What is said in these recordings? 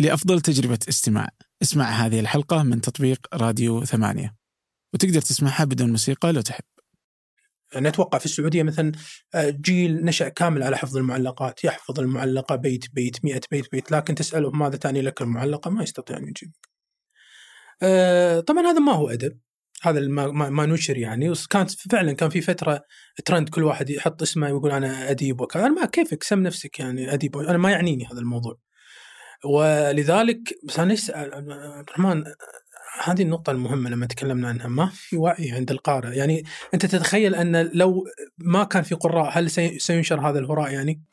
لأفضل تجربة استماع. اسمع هذه الحلقة من تطبيق راديو 8، وتقدر تسمعها بدون موسيقى لو تحب. نتوقع في السعودية مثلا جيل نشأ كامل على حفظ المعلقات، يحفظ المعلقة بيت 100 بيت، لكن تسأله ماذا تعني لك المعلقة ما يستطيع أن يجيب. طبعا هذا ما هو أدب، هذا ما نشر يعني. كان في فترة ترند كل واحد يحط اسمه ويقول أنا أديب وكذا. أنا ما كيفك سم نفسك يعني أديب، أنا ما يعنيني هذا الموضوع. ولذلك بس أنا أسأل عبد الرحمن، هذه النقطة المهمة لما تكلمنا عنها، ما في وعي عند القارئ. يعني أنت تتخيل أن لو ما كان في قراء هل سينشر هذا الهراء يعني؟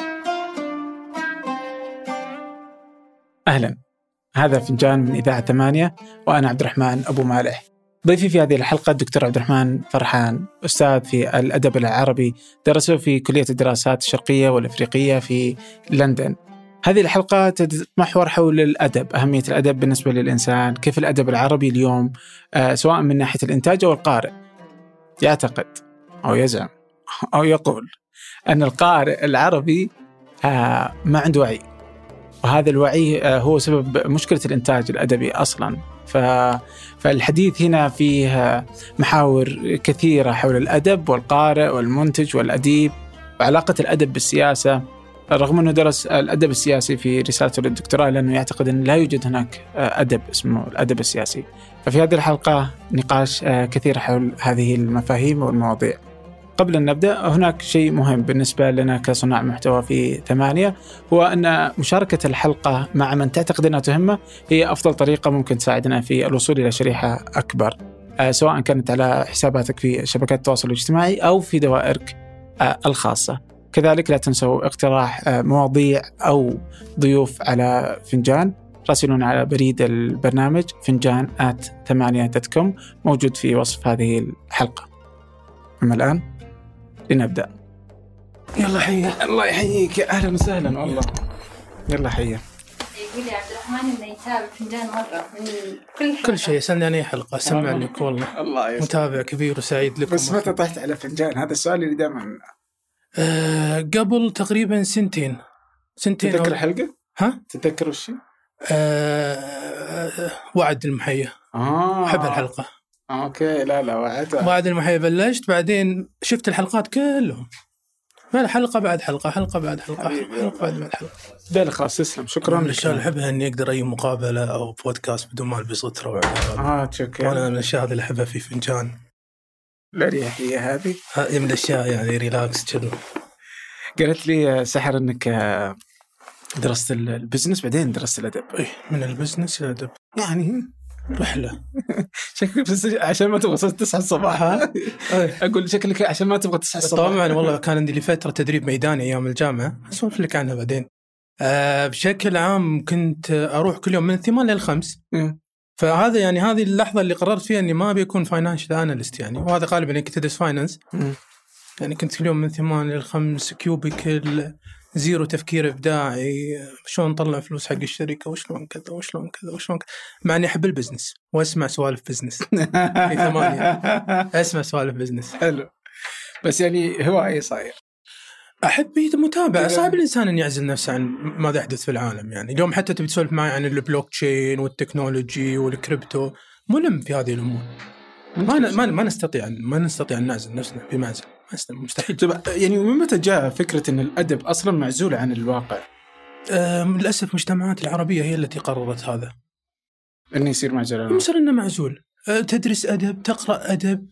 أهلا، هذا فنجان من إذاعة 8 وأنا عبد الرحمن أبو مالح. ضيفي في هذه الحلقة الدكتور عبد الرحمن فرحان، أستاذ في الأدب العربي، درسه في كلية الدراسات الشرقية والأفريقية في لندن. هذه الحلقة تتمحور حول الأدب، أهمية الأدب بالنسبة للإنسان، كيف الأدب العربي اليوم سواء من ناحية الإنتاج أو القارئ يعتقد أو يزعم أو يقول أن القارئ العربي ما عنده وعي، وهذا الوعي هو سبب مشكلة الإنتاج الأدبي أصلاً. فالحديث هنا فيه محاور كثيرة حول الأدب والقارئ والمنتج والأديب وعلاقة الأدب بالسياسة، رغم أنه درس الأدب السياسي في رسالته للدكتوراه، لأنه يعتقد أن لا يوجد هناك أدب اسمه الأدب السياسي. ففي هذه الحلقة نقاش كثير حول هذه المفاهيم والمواضيع. قبل أن نبدأ، هناك شيء مهم بالنسبة لنا كصناع محتوى في 8، هو أن مشاركة الحلقة مع من تعتقد أنها تهمه هي أفضل طريقة ممكن تساعدنا في الوصول إلى شريحة أكبر، سواء كانت على حساباتك في شبكات التواصل الاجتماعي أو في دوائرك الخاصة. كذلك لا تنسوا اقتراح مواضيع أو ضيوف على فنجان، راسلونا على بريد البرنامج finjan@8.com موجود في وصف هذه الحلقة. أما الآن لنبدأ. يلا حيا. الله يحييك، أهلا وسهلا والله. يلا حيا. يقول لي عبد الرحمن إنه يتابع فنجان مرة من كل شيء. يسألني عن أي حلقة أسمع لك والله. الله يسلمك. متابع كبير وسعيد لكم. بس متى طحت على فنجان؟ هذا السؤال اللي دائما. قبل تقريبا سنتين. تذكر الحلقة؟ ها؟ تذكر وش؟ وعد المحية. أحب الحلقة. أوكي. لا وعد المحية بلشت، بعدين شفت الحلقات كلهم، حلقة بعد حلقة، حلقة بعد حلقة، حلقة بعد حلقة. ده خلاص. تسلم، شكرا. من الأشياء اللي أحبها إني أقدر أي مقابلة أو بودكاست بدون ما ألبس غترة وعلى. شكرا. وأنا من الأشياء اللي أحبها في فنجان الأريحية هذه من الأشياء يعني ريلاكس كذا. قالت لي سحر إنك درست البزنس بعدين درست الأدب. من البزنس للأدب يعني رحلة. شكلك بس عشان ما تبغى 9 الصباح. أقول شكلك عشان ما تبغى 9 الصباح. طبعا والله كان عندي لفترة تدريب ميداني أيام الجامعة، أسولف لك عنها بعدين. بشكل عام كنت أروح كل يوم من 8 إلى 5. فهذا يعني هذه اللحظة اللي قررت فيها إني ما بيكون فاينانشال أناليست يعني، وهذا غالبا إني كنت أدرس فاينانس. يعني كنت كل يوم من 8 إلى 5 كيوبيكل، زيرو تفكير إبداعي، شلون نطلع فلوس حق الشركة وشلون كذا وشلون كذا وشلون كذا. مع إني أحب البزنس وأسمع سوالف بزنس في 8 أسمع سوالف بزنس. حلو، بس يعني هواية صاير. أحب متابعة. صعب الإنسان أن يعزل نفسه عن ماذا يحدث في العالم. يعني اليوم حتى تبي تسولف معي عن البلوك تشين والتكنولوجي والكريبتو، ملم في هذه الأمور. ما نستطيع أن نعزل نفسنا بمعزل، مستحيل. يعني من متى جاء فكرة أن الأدب أصلا معزول عن الواقع؟ للأسف المجتمعات العربية هي التي قررت هذا، أنه يصير معزول. مصر إنه معزول. تدرس أدب، تقرأ أدب،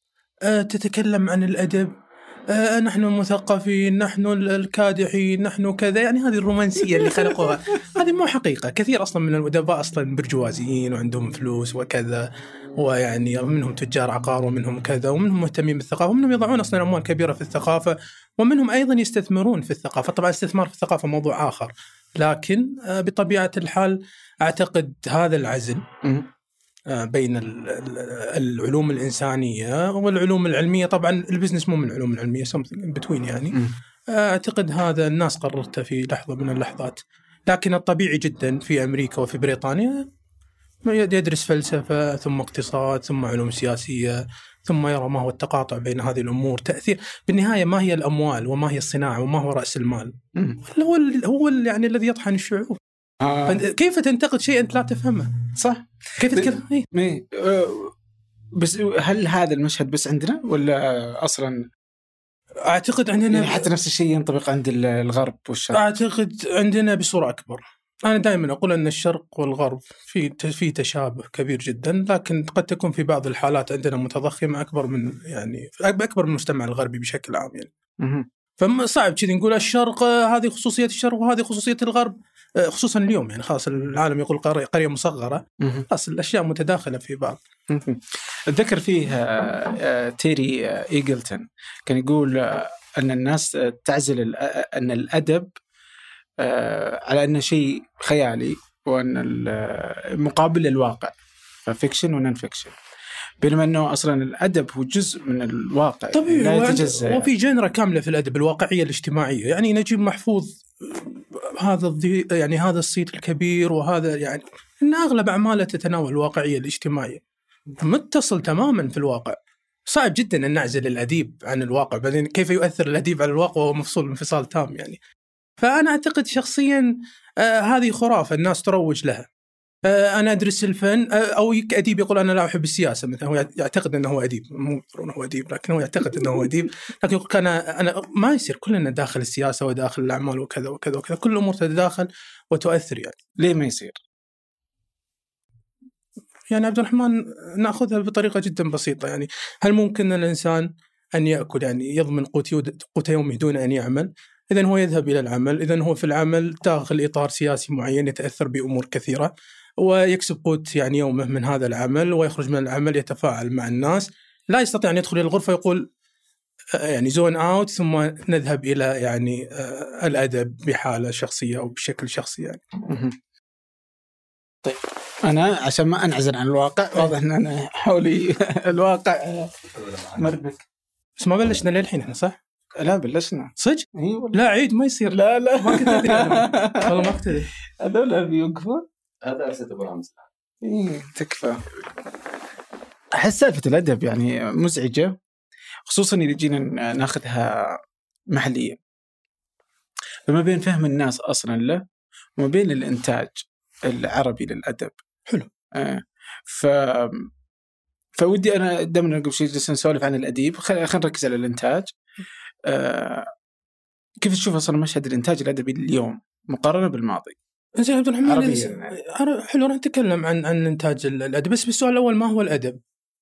تتكلم عن الأدب، نحن المثقفين، نحن الكادحين، نحن كذا. يعني هذه الرومانسية اللي خلقوها هذه مو حقيقة. كثير أصلا من الأدباء أصلا برجوازيين وعندهم فلوس وكذا، ويعني منهم تجار عقار ومنهم كذا، ومنهم مهتمين بالثقافة، ومنهم يضعون أصلا أموال كبيرة في الثقافة، ومنهم أيضا يستثمرون في الثقافة. طبعا الاستثمار في الثقافة موضوع آخر، لكن بطبيعة الحال أعتقد هذا العزل بين العلوم الإنسانية والعلوم العلمية. طبعا البزنس مو من العلوم العلمية، something in between يعني. أعتقد هذا الناس قررته في لحظة من اللحظات. لكن الطبيعي جدا في أمريكا وفي بريطانيا يدرس فلسفة ثم اقتصاد ثم علوم سياسية، ثم يرى ما هو التقاطع بين هذه الأمور، تأثير بالنهاية ما هي الأموال وما هي الصناعة وما هو رأس المال، هو يعني الذي يطحن الشعوب. كيف تنتقد شيء أنت لا تفهمه؟ صح. كيف تتكلم؟ بس هل هذا المشهد بس عندنا ولا أصلا أعتقد عندنا يعني حتى نفس الشيء ينطبق عند الغرب والشرق؟ أعتقد عندنا بصورة أكبر. أنا دائما أقول أن الشرق والغرب في تشابه كبير جدا، لكن قد تكون في بعض الحالات عندنا متضخمة أكبر من المجتمع الغربي بشكل عام يعني. فصعب كذي نقول الشرق هذه خصوصية الشرق وهذه خصوصية الغرب، خصوصا اليوم يعني خلاص العالم يقول قرية مصغرة، خلاص الأشياء متداخلة في بعض. أتذكر فيه تيري إيجلتون كان يقول أن الناس تعزل أن الأدب على أنه شيء خيالي وأن مقابل للواقع، ففيكشن ونون فيكشن، بينما أنه أصلا الأدب هو جزء من الواقع طبيعي لا يتجزأ. وفي جنرة كاملة في الأدب، الواقعية الاجتماعية. يعني نجيب محفوظ هذا الصيت الكبير، وهذا يعني إن أغلب أعماله تتناول الواقعية الاجتماعية، متصل تماما في الواقع. صعب جدا أن نعزل الأديب عن الواقع، بعدين كيف يؤثر الأديب على الواقع وهو مفصول انفصال تام يعني. فأنا أعتقد شخصيا هذه خرافة الناس تروج لها. أنا أدرس الفن، أو أديب يقول أنا لا أحب السياسة مثلا، هو يعتقد أنه هو أديب، مو أنه هو أديب لكن هو يعتقد أنه هو أديب، لكن يقول أنا ما يصير كلنا داخل السياسة وداخل الأعمال وكذا وكذا وكذا، كل الأمور تتداخل وتؤثر يعني. ليه ما يصير؟ يعني عبد الرحمن نأخذها بطريقة جدا بسيطة. يعني هل ممكن الإنسان أن يأكل يعني يضمن قوت يومه دون أن يعمل؟ إذن هو يذهب إلى العمل، إذن هو في العمل داخل إطار سياسي معين يتأثر بأمور كثيرة، ويكسب قوت يعني يومه من هذا العمل، ويخرج من العمل يتفاعل مع الناس. لا يستطيع أن يدخل إلى الغرفة يقول يعني زون أوت ثم نذهب إلى يعني الأدب بحالة شخصية أو بشكل شخصي يعني. طيب أنا عشان ما أنعزل عن الواقع، واضح أن أنا حولي الواقع مربك. بس ما بلشنا للحين إحنا صح؟ لا بلشنا صدق؟ أيوة. لا عيد ما يصير. لا ما كنت أدري والله ما كنت أدري. هذول بيوقفون. هذا أرسل أبو رامز. تكفى. أحس سالفة الأدب يعني مزعجة، خصوصا إذا جينا ناخذها محليا، فما بين فهم الناس أصلا له وما بين الإنتاج العربي للأدب. حلو. فودي أنا دائما قبل شيء جلسنا نسولف عن الأديب، خلينا نركز على الإنتاج. كيف تشوف أصلا مشهد الإنتاج الأدبي اليوم مقارنة بالماضي؟ زين عبد الرحمن، حلو راح نتكلم عن إنتاج الأدب، بس بالسؤال الأول ما هو الأدب؟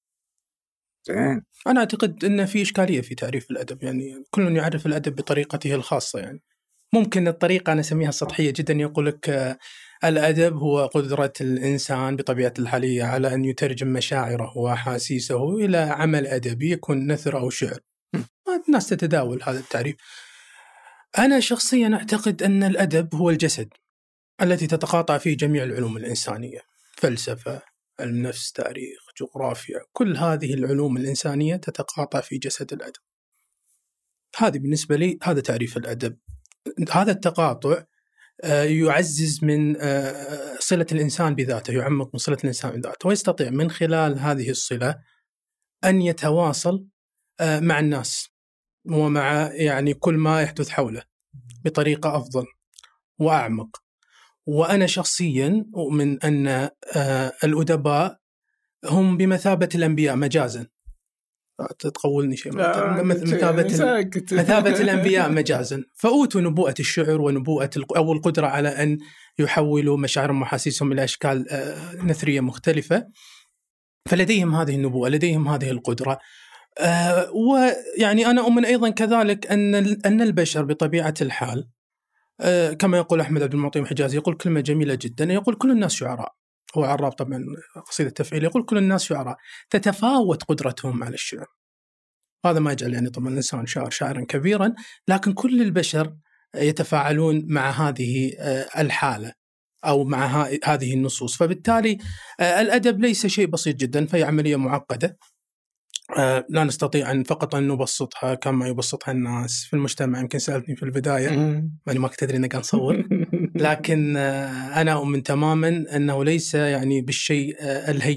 أنا أعتقد أن في إشكالية في تعريف الأدب، يعني كل يعرف الأدب بطريقته الخاصة. يعني ممكن الطريقة أنا أسميها سطحية جدا، يقول لك الأدب هو قدرة الإنسان بطبيعة الحالية على أن يترجم مشاعره وأحاسيسه إلى عمل أدبي يكون نثر أو شعر. الناس تتداول هذا التعريف. أنا شخصيا أعتقد أن الأدب هو الجسد التي تتقاطع فيه جميع العلوم الإنسانية، فلسفة، علم نفس، تاريخ، جغرافيا، كل هذه العلوم الإنسانية تتقاطع في جسد الأدب. هذه بالنسبة لي هذا تعريف الأدب. هذا التقاطع يعزز من صلة الإنسان بذاته، يعمق من صلة الإنسان بذاته، ويستطيع من خلال هذه الصلة أن يتواصل مع الناس ومع يعني كل ما يحدث حوله بطريقة أفضل وأعمق. وأنا شخصيا أؤمن أن الأدباء هم بمثابة الأنبياء مجازا. تتقولني شيء مثابة الأنبياء مجازا، فأوتوا نبوءة الشعر ونبوءة أو القدرة على أن يحولوا مشاعرهم وحاسيسهم إلى أشكال نثرية مختلفة. فلديهم هذه النبوءة، لديهم هذه القدرة. ويعني أنا أؤمن أيضا كذلك أن البشر بطبيعة الحال كما يقول أحمد عبد المعطي الحجازي، يقول كلمة جميلة جدا، يقول كل الناس شعراء. هو عراب طبعا، قصيدة تفعيل، يقول كل الناس شعراء تتفاوت قدرتهم على الشعر. هذا ما يجعل يعني طبعا الإنسان شاعرا كبيرا، لكن كل البشر يتفاعلون مع هذه الحالة أو مع هذه النصوص. فبالتالي الأدب ليس شيء بسيط جدا، فهي عملية معقدة لا نستطيع أن فقط أن نبسطها كما يبسطها الناس في المجتمع. يمكن سألتني في البداية يعني ما كنت أدري أنك نصور، لكن أنا أؤمن تماما أنه ليس يعني بالشيء الهين.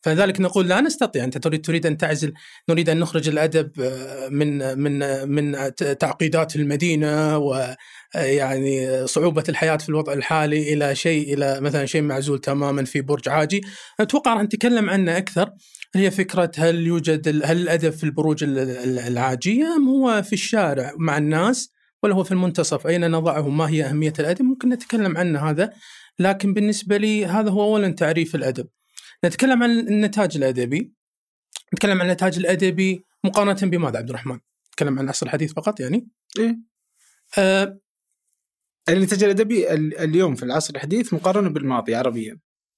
فذلك نقول لا نستطيع. أنت تريد أن تعزل، نريد أن نخرج الأدب من تعقيدات المدينة ويعني صعوبة الحياة في الوضع الحالي إلى مثلا شيء معزول تماما في برج عاجي. أتوقع راح نتكلم عنه أكثر. هي فكرة هل الأدب في البروج العاجية أم هو في الشارع مع الناس، ولا هو في المنتصف؟ أين نضعه؟ ما هي أهمية الأدب؟ ممكن نتكلم عنه هذا. لكن بالنسبة لي هذا هو أولا تعريف الأدب. نتكلم عن النتاج الأدبي. نتكلم عن النتاج الأدبي مقارنة بماذا عبد الرحمن؟ نتكلم عن العصر الحديث فقط يعني؟ إيه؟ النتاج الأدبي اليوم في العصر الحديث مقارنة بالماضي عربيا.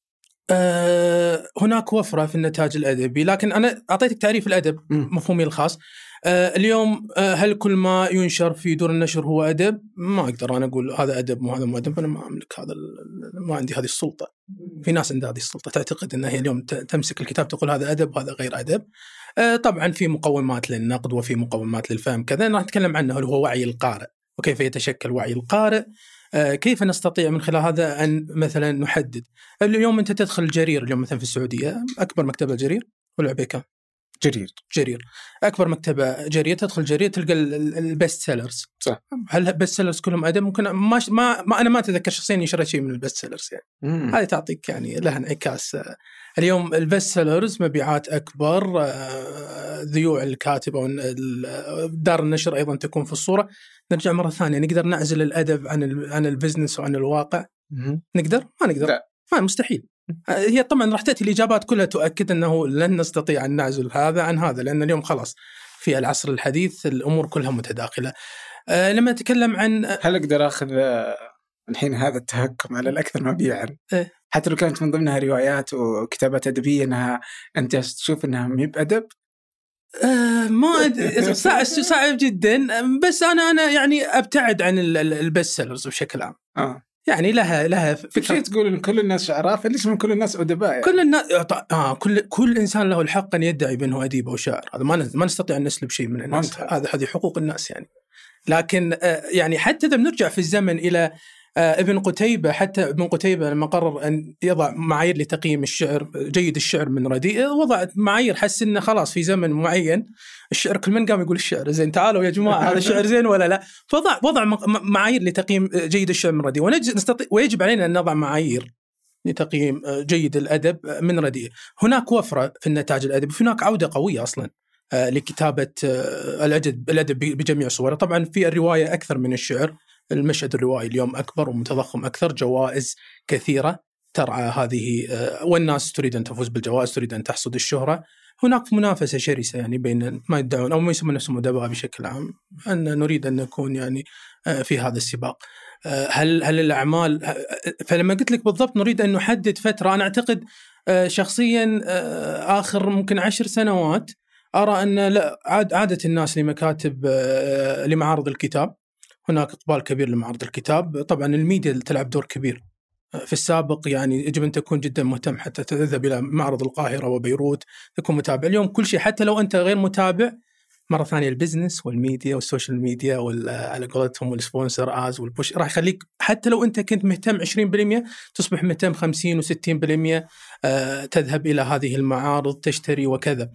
هناك وفرة في النتاج الأدبي، لكن أنا أعطيتك تعريف الأدب مفهومي الخاص. اليوم هل كل ما ينشر في دور النشر هو أدب؟ ما أقدر أنا أقول هذا أدب وهذا مو أدب. أنا ما أملك هذا، ما عندي هذه السلطة. في ناس عندها هذه السلطة تعتقد أنها هي اليوم تمسك الكتاب تقول هذا أدب وهذا غير أدب. طبعا في مقومات للنقد وفي مقومات للفهم كذا، راح نتكلم عنه، اللي هو وعي القارئ وكيف يتشكل وعي القارئ. كيف نستطيع من خلال هذا أن مثلا نحدد. اليوم أنت تدخل جرير اليوم مثلا في السعودية، أكبر مكتبة جرير ولا عبيكة؟ جرير أكبر مكتبة جرير. تدخل جرير تلقى البست سيلرز. صح. هل البست سيلرز كلهم أدب؟ ممكن أنا ما أتذكر شخصيا يشري شيء من البست سيلرز يعني. هذه تعطيك يعني لها انعكاس. اليوم البست سيلرز مبيعات أكبر، ذيوع الكاتب أو دار النشر أيضا تكون في الصورة. نرجع مرة ثانية، نقدر نعزل الأدب عن البزنس وعن الواقع؟ نقدر؟ ما نقدر. لا. ما مستحيل. هي طبعا راح تأتي الإجابات كلها تؤكد أنه لن نستطيع أن نعزل هذا عن هذا، لأن اليوم خلاص في العصر الحديث الأمور كلها متداخلة. لما نتكلم عن هل أقدر أخذ الحين هذا التهكم على الأكثر مبيعاً حتى لو كانت من ضمنها روايات وكتابات أدبية أنها أنت تشوف أنها مي بأدب؟ ما صعب جدا. بس أنا يعني أبتعد عن البست سيلرز بشكل عام. يعني لها فكرة. تقول إن كل الناس شعراء، فليش من كل الناس أدباء يعني؟ كل الناس كل إنسان له الحق أن يدعي بأنه أديب أو شاعر. هذا ما نستطيع أن نسلب شيء من الناس. هذه حقوق الناس يعني. لكن يعني حتى إذا بنرجع في الزمن إلى ابن قتيبة، حتى ابن قتيبة لما قرر أن يضع معايير لتقييم الشعر، جيد الشعر من رديء، وضع معايير حس إنه خلاص في زمن معين الشعر كل من قام يقول الشعر زين، تعالوا يا جماعة هذا الشعر زين ولا لا. فوضع معايير لتقييم جيد الشعر من رديء، ويجب علينا أن نضع معايير لتقييم جيد الأدب من رديء. هناك وفرة في النتاج الأدبي، هناك عودة قوية أصلا لكتابة الأدب بجميع صوره. طبعا في الرواية أكثر من الشعر. المشهد الروائي اليوم أكبر ومتضخم أكثر، جوائز كثيرة ترعى هذه، والناس تريد أن تفوز بالجوائز، تريد أن تحصد الشهرة. هناك منافسة شرسة يعني بين ما يدعون أو ما يسمون نفسهم أدباء بشكل عام، أن نريد أن نكون يعني في هذا السباق. هل الأعمال، فلما قلت لك بالضبط نريد أن نحدد فترة، أنا أعتقد شخصيا آخر ممكن 10 سنوات أرى أن لا، عادت الناس لمكاتب لمعارض الكتاب. هناك إقبال كبير لمعارض الكتاب. طبعا الميديا تلعب دور كبير. في السابق يعني يجب أن تكون جدا مهتم حتى تذهب إلى معرض القاهرة وبيروت تكون متابع. اليوم كل شيء، حتى لو أنت غير متابع، مرة ثانية البزنس والميديا والسوشيال ميديا على قولتهم والسبونسر آز والبوش راح يخليك حتى لو أنت كنت مهتم 20% تصبح مهتم 50 و60%. تذهب إلى هذه المعارض تشتري وكذا.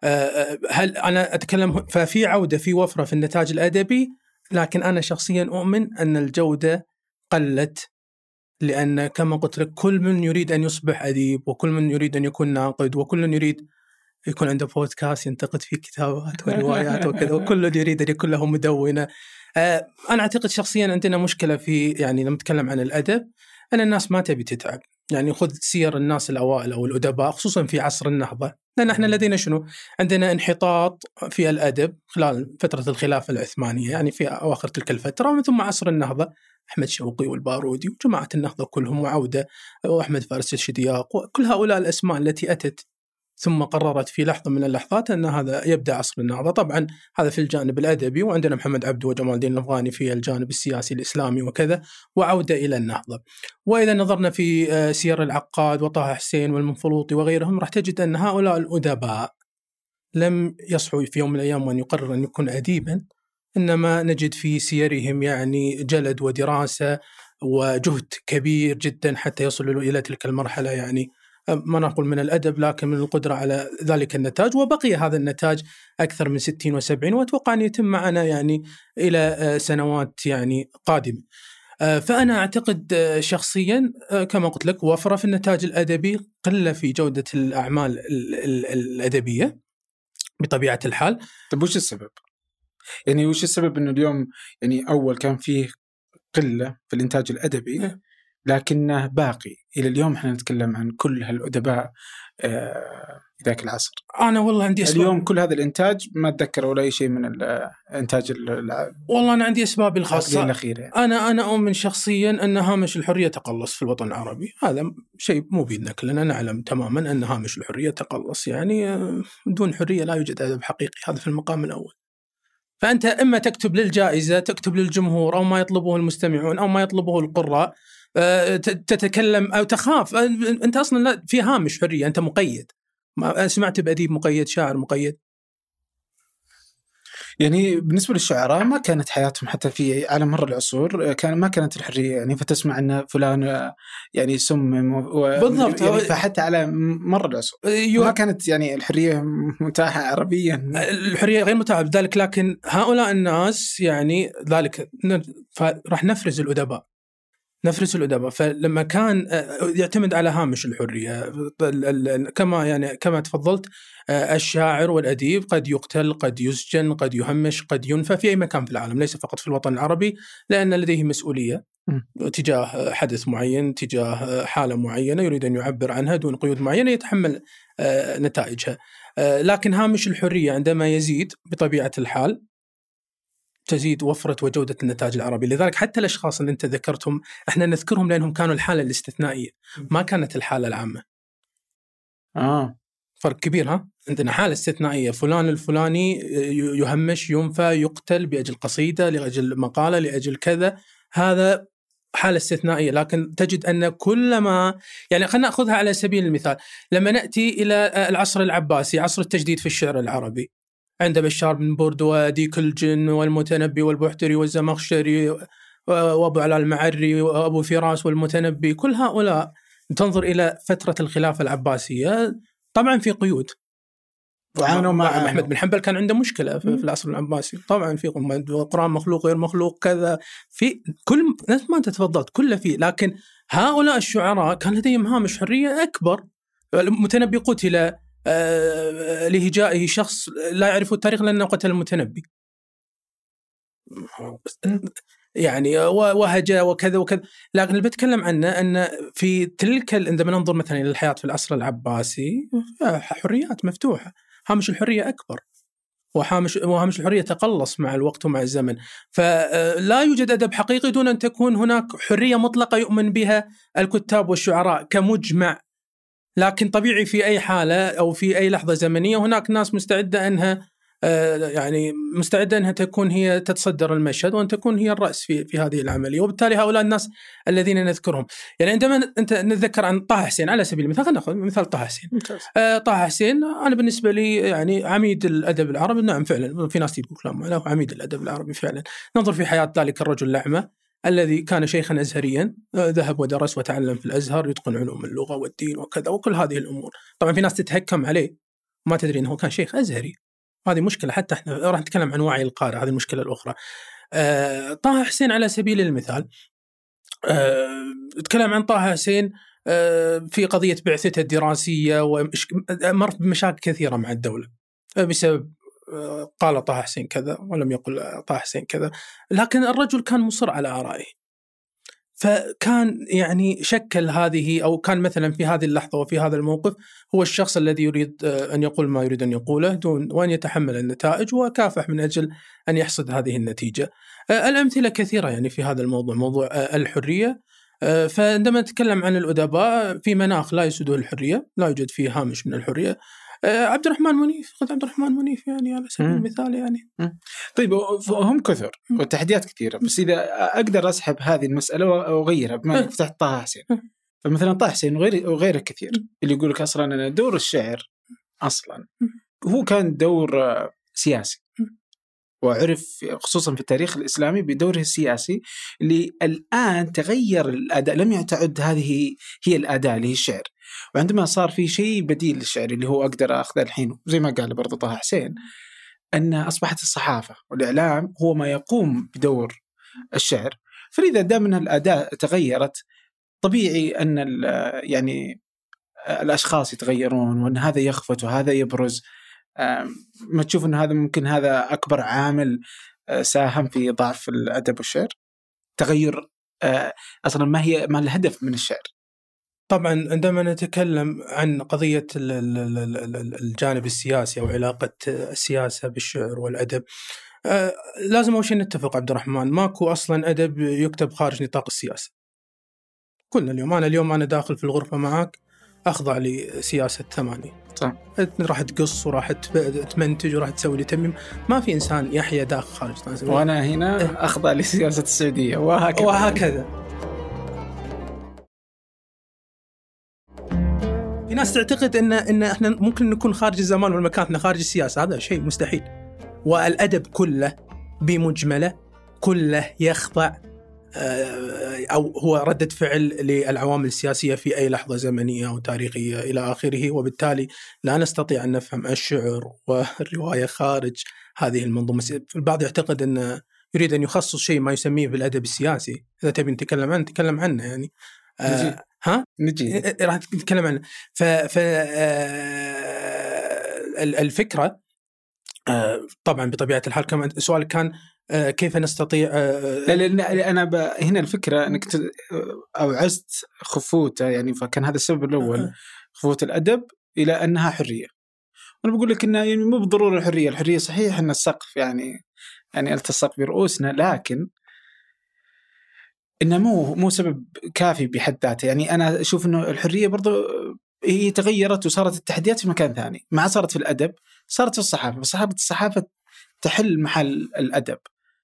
هل أنا أتكلم ففي عودة، في وفرة في النتاج الأدبي، لكن أنا شخصيا أؤمن أن الجودة قلت، لأن كما قلت لك كل من يريد أن يصبح أديب، وكل من يريد أن يكون ناقد، وكل من يريد يكون عنده بودكاست ينتقد فيه كتابات وروايات وكذا، وكل يريد أن يكون له مدونة. أنا أعتقد شخصيا عندنا مشكلة في، يعني لما نتكلم عن الأدب، أن الناس ما تبي تتعب. يعني خذ سير الناس الأوائل أو الأدباء خصوصا في عصر النهضة، لأن احنا لدينا عندنا انحطاط في الأدب خلال فترة الخلافة العثمانية، يعني في أواخر تلك الفترة، ومن ثم عصر النهضة أحمد شوقي والبارودي وجماعة النهضة كلهم وعودة، وأحمد فارس الشدياق، وكل هؤلاء الأسماء التي أتت ثم قررت في لحظة من اللحظات أن هذا يبدأ عصر النهضة. طبعا هذا في الجانب الأدبي، وعندنا محمد عبده وجمال الدين الأفغاني في الجانب السياسي الإسلامي وكذا، وعودة إلى النهضة. وإذا نظرنا في سير العقاد وطه حسين والمنفلوطي وغيرهم، راح تجد أن هؤلاء الأدباء لم يصحوا في يوم من الأيام أن يقرر أن يكون أديبا، إنما نجد في سيرهم يعني جلد ودراسة وجهد كبير جدا حتى يصلوا إلى تلك المرحلة يعني ما نقول من الأدب لكن من القدرة على ذلك النتاج، وبقي هذا النتاج أكثر من 60 و70، وأتوقع أن يتم معنا يعني إلى سنوات يعني قادمة. فأنا أعتقد شخصيا كما قلت لك وفرة في النتاج الأدبي، قلة في جودة الأعمال الأدبية بطبيعة الحال. طيب وش السبب؟ يعني وش السبب إنه اليوم يعني أول كان فيه قلة في الإنتاج الأدبي لكنه باقي إلى اليوم؟ إحنا نتكلم عن كل هالأدباء ذاك العصر. أنا والله عندي أسباب. اليوم كل هذا الإنتاج ما أتذكر ولا أي شيء من الإنتاج والله أنا عندي أسبابي الخاصة. الأخيرة. أنا أؤمن شخصيا أن هامش الحرية تقلص في الوطن العربي. هذا شيء مو بيدنا، لأننا نعلم تماما أن هامش الحرية تقلص. يعني دون حرية لا يوجد أدب حقيقي، هذا في المقام الأول. فأنت إما تكتب للجائزة، تكتب للجمهور، أو ما يطلبه المستمعون أو ما يطلبه القراء، تتكلم أو تخاف. أنت أصلا لا في هامش حرية، أنت مقيد. ما سمعت بأديب مقيد، شاعر مقيد؟ يعني بالنسبة للشعراء ما كانت حياتهم حتى في على مر العصور ما كانت الحرية، يعني فتسمع أن فلان يعني سمم بالضبط، يعني فحتى على مر العصور ما كانت يعني الحرية متاحة عربيا، الحرية غير متاحة بذلك. لكن هؤلاء الناس يعني ذلك راح نفرز الأدباء. فلما كان يعتمد على هامش الحرية، كما تفضلت، الشاعر والأديب قد يقتل، قد يسجن، قد يهمش، قد ينفى في أي مكان في العالم، ليس فقط في الوطن العربي، لأن لديه مسؤولية تجاه حدث معين، تجاه حالة معينة يريد أن يعبر عنها دون قيود معينة يتحمل نتائجها. لكن هامش الحرية عندما يزيد بطبيعة الحال تزيد وفرة وجودة النتاج العربي. لذلك حتى الأشخاص اللي أنت ذكرتهم احنا نذكرهم لأنهم كانوا الحالة الاستثنائية، ما كانت الحالة العامة. فرق كبير. ها، عندنا حالة استثنائية، فلان الفلاني يهمش، ينفى، يقتل بأجل قصيدة، لأجل مقالة، لأجل كذا، هذا حالة استثنائية. لكن تجد أن كلما يعني خلنا نأخذها على سبيل المثال، لما نأتي إلى العصر العباسي، عصر التجديد في الشعر العربي، عند بشار بن برد وديك الجن والمتنبي والبحتري والزمخشري وأبو علاء المعري وأبو فراس والمتنبي، كل هؤلاء تنظر إلى فترة الخلافة العباسية طبعا في قيود. وعانوا مع أحمد بن حنبل، كان عنده مشكلة في العصر العباسي طبعا، في قرآن مخلوق غير مخلوق كذا، في كل ما أنت تفضلت كله فيه. لكن هؤلاء الشعراء كان لديهم هامش حرية أكبر. المتنبي قتل لهجائه شخص لا يعرف التاريخ لأنه قتل المتنبي، يعني وهجا وكذا وكذا. لكن اللي بتكلم عنه أن في تلك عندما ننظر مثلا إلى الحياة في العصر العباسي، حريات مفتوحة، هامش الحرية أكبر، وهامش الحرية تقلص مع الوقت ومع الزمن. فلا يوجد أدب حقيقي دون أن تكون هناك حرية مطلقة يؤمن بها الكتاب والشعراء كمجمع. لكن طبيعي في أي حالة أو في أي لحظة زمنية هناك ناس مستعدة أنها مستعدة أنها تكون هي تتصدر المشهد وأن تكون هي الرأس في هذه العملية. وبالتالي هؤلاء الناس الذين نذكرهم، يعني عندما أنت نتذكر عن طه حسين على سبيل المثال، خلينا نأخذ مثال طه حسين. طه حسين أنا بالنسبة لي يعني عميد الأدب العربي. نعم فعلا في ناس تقول لا، عميد الأدب العربي فعلا. ننظر في حياة ذلك الرجل الأعمى الذي كان شيخا أزهريا، ذهب ودرس وتعلم في الأزهر، يتقن علوم اللغة والدين وكذا وكل هذه الأمور. طبعا في ناس تتهكم عليه، ما تدري أنه كان شيخ أزهري. هذه مشكلة، حتى احنا راح نتكلم عن وعي القارئ، هذه المشكلة الأخرى. طه حسين على سبيل المثال، نتكلم عن طه حسين في قضية بعثته الدراسية، ومر بمشاكل كثيرة مع الدولة بسبب قال طه حسين كذا ولم يقل طه حسين كذا، لكن الرجل كان مصر على آرائه. فكان يعني شكل هذه، أو كان مثلا في هذه اللحظة وفي هذا الموقف هو الشخص الذي يريد أن يقول ما يريد أن يقوله دون وأن يتحمل النتائج، وكافح من أجل أن يحصد هذه النتيجة. الأمثلة كثيرة يعني في هذا الموضوع، موضوع الحرية. فعندما نتكلم عن الأدباء في مناخ لا يسوده الحرية، لا يوجد فيه هامش من الحرية. عبد الرحمن منيف، عبد الرحمن منيف يعني على سبيل المثال يعني. طيب هم كثر والتحديات كثيرة، بس إذا أقدر أسحب هذه المسألة وأغيرها بما أنك فتحت طه حسين، فمثلا طه حسين وغيره كثير اللي يقولك أصلا أن دور الشعر أصلا هو كان دور سياسي، وعرف خصوصا في التاريخ الإسلامي بدوره السياسي اللي الآن تغير الأداء، لم يعتعد هذه هي الأداة اللي هي الشعر. وعندما صار في شيء بديل للشعر اللي هو أقدر أخذه الحين، زي ما قال برضو طه حسين، أن أصبحت الصحافة والإعلام هو ما يقوم بدور الشعر. فلذا دام أن الأداة تغيرت، طبيعي أن يعني الأشخاص يتغيرون، وأن هذا يخفت وهذا يبرز. ما تشوف أن هذا ممكن هذا أكبر عامل ساهم في ضعف الأدب والشعر؟ تغير أصلا ما الهدف من الشعر؟ طبعا عندما نتكلم عن قضية الجانب السياسي أو علاقة السياسة بالشعر والأدب، لازم أول شيء نتفق عبد الرحمن، ماكو أصلا أدب يكتب خارج نطاق السياسة. كلنا اليوم أنا داخل في الغرفة معك أخضع لسياسة 8. صح. راح تقص وراح تمنتج وراح تسوي لي تميم. ما في إنسان يحيا داخل خارج. وأنا هنا أخضع لسياسة السعودية وهكذا. في ناس تعتقد إن إحنا ممكن نكون خارج الزمان والمكان، إحنا خارج السياسة. هذا شيء مستحيل. والأدب كله بمجمله كله يخضع أو هو ردة فعل للعوامل السياسية في أي لحظة زمنية أو تاريخية إلى آخره. وبالتالي لا نستطيع أن نفهم الشعر والرواية خارج هذه المنظومة. البعض يعتقد أن يريد أن يخصص شيء ما يسميه بالأدب السياسي. إذا تبي نتكلم عنه نتكلم عنه يعني. نجي راح نتكلم عنه. الفكرة طبعا بطبيعة الحال كمان السؤال كان كيف نستطيع أنا هنا الفكرة أنك أوعزت خفوته يعني، فكان هذا السبب الأول خفوت الأدب إلى أنها حرية. أنا بقول لك إنه يعني مو بالضرورة الحرية صحيح أن السقف يعني التصق برؤوسنا، لكن إنه مو سبب كافي بحد ذاته. يعني أنا أشوف إنه الحرية برضو هي تغيرت وصارت التحديات في مكان ثاني، ما صارت في الأدب، صارت في الصحافة. بس الصحافة تحل محل الأدب.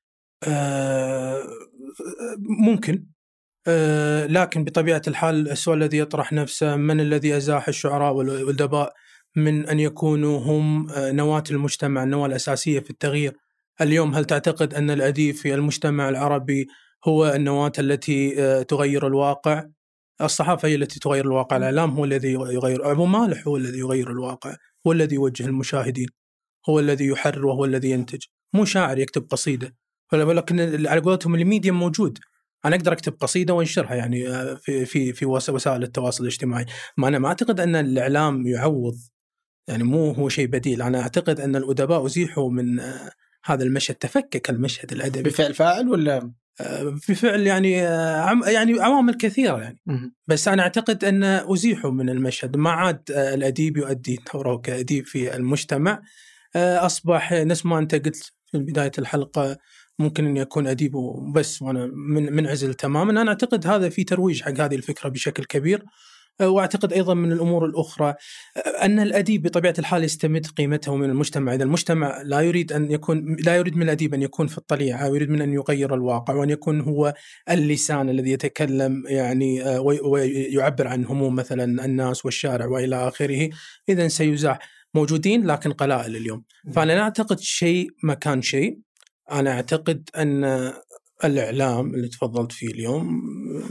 ممكن، لكن بطبيعة الحال السؤال الذي يطرح نفسه: من الذي أزاح الشعراء والأدباء من أن يكونوا هم نواة المجتمع، النواة الأساسية في التغيير؟ اليوم هل تعتقد أن الأديب في المجتمع العربي هو النواة التي تغير الواقع؟ الصحافة هي التي تغير الواقع، الإعلام هو الذي يغير، أبو مالح هو الذي يغير الواقع، هو الذي يوجه المشاهدين، هو الذي يحرر وهو الذي ينتج. مو شاعر يكتب قصيدة، ولكن على قولتهم الميديا موجود. أنا أقدر أكتب قصيدة وأنشرها يعني في وسائل التواصل الاجتماعي. ما أنا ما أعتقد أن الإعلام يعوض، يعني مو هو شيء بديل. أنا أعتقد أن الأدباء أزيحوا من هذا المشهد، تفكك المشهد الأدبي بفعل فاعل ولا بفعل يعني عوامل كثيرة يعني. بس أنا أعتقد أن أزيحوا من المشهد، ما عاد الأديب يؤدي دوره كأديب في المجتمع. أصبح نفس ما أنت قلت في بداية الحلقة، ممكن أن يكون أديب بس وأنا منعزل تماما. أنا أعتقد هذا في ترويج حق هذه الفكرة بشكل كبير. وأعتقد أيضا من الأمور الأخرى أن الأديب بطبيعة الحال يستمد قيمته من المجتمع. إذا المجتمع لا يريد من الأديب أن يكون في الطليعة، ويريد من أن يغير الواقع وأن يكون هو اللسان الذي يتكلم يعني ويعبر عن هموم مثلا الناس والشارع وإلى آخره، إذا سيزاح. موجودين لكن قلائل اليوم. فأنا لا أعتقد شيء مكان شيء. أنا أعتقد أن الإعلام اللي تفضلت فيه اليوم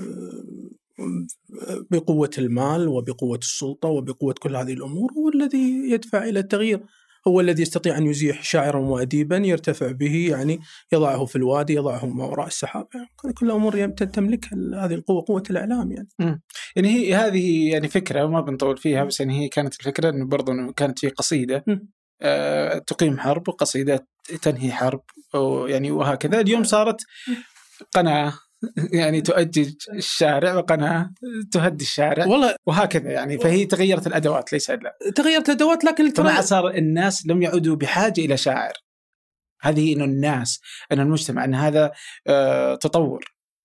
بقوة المال وبقوة السلطة وبقوة كل هذه الأمور هو الذي يدفع إلى التغيير، هو الذي يستطيع أن يزيح شاعرا وأديبا يرتفع به، يعني يضعه في الوادي، يضعه ما وراء السحاب. يعني كل أمور تملك هذه القوة، قوة الإعلام يعني. يعني هي هذه يعني فكرة وما بنطول فيها، بس يعني هي كانت الفكرة إنه برضو كانت في قصيدة تقيم حرب وقصيدة تنهي حرب يعني وهكذا. اليوم صارت قناة يعني تؤجج الشارع وقناة تهدي الشارع والله وهكذا يعني. فهي تغيرت الأدوات، ليس إلا تغيرت الأدوات، لكن طبعا صار الناس لم يعودوا بحاجة إلى شاعر. هذه إنه الناس، إنه المجتمع، إن هذا تطور.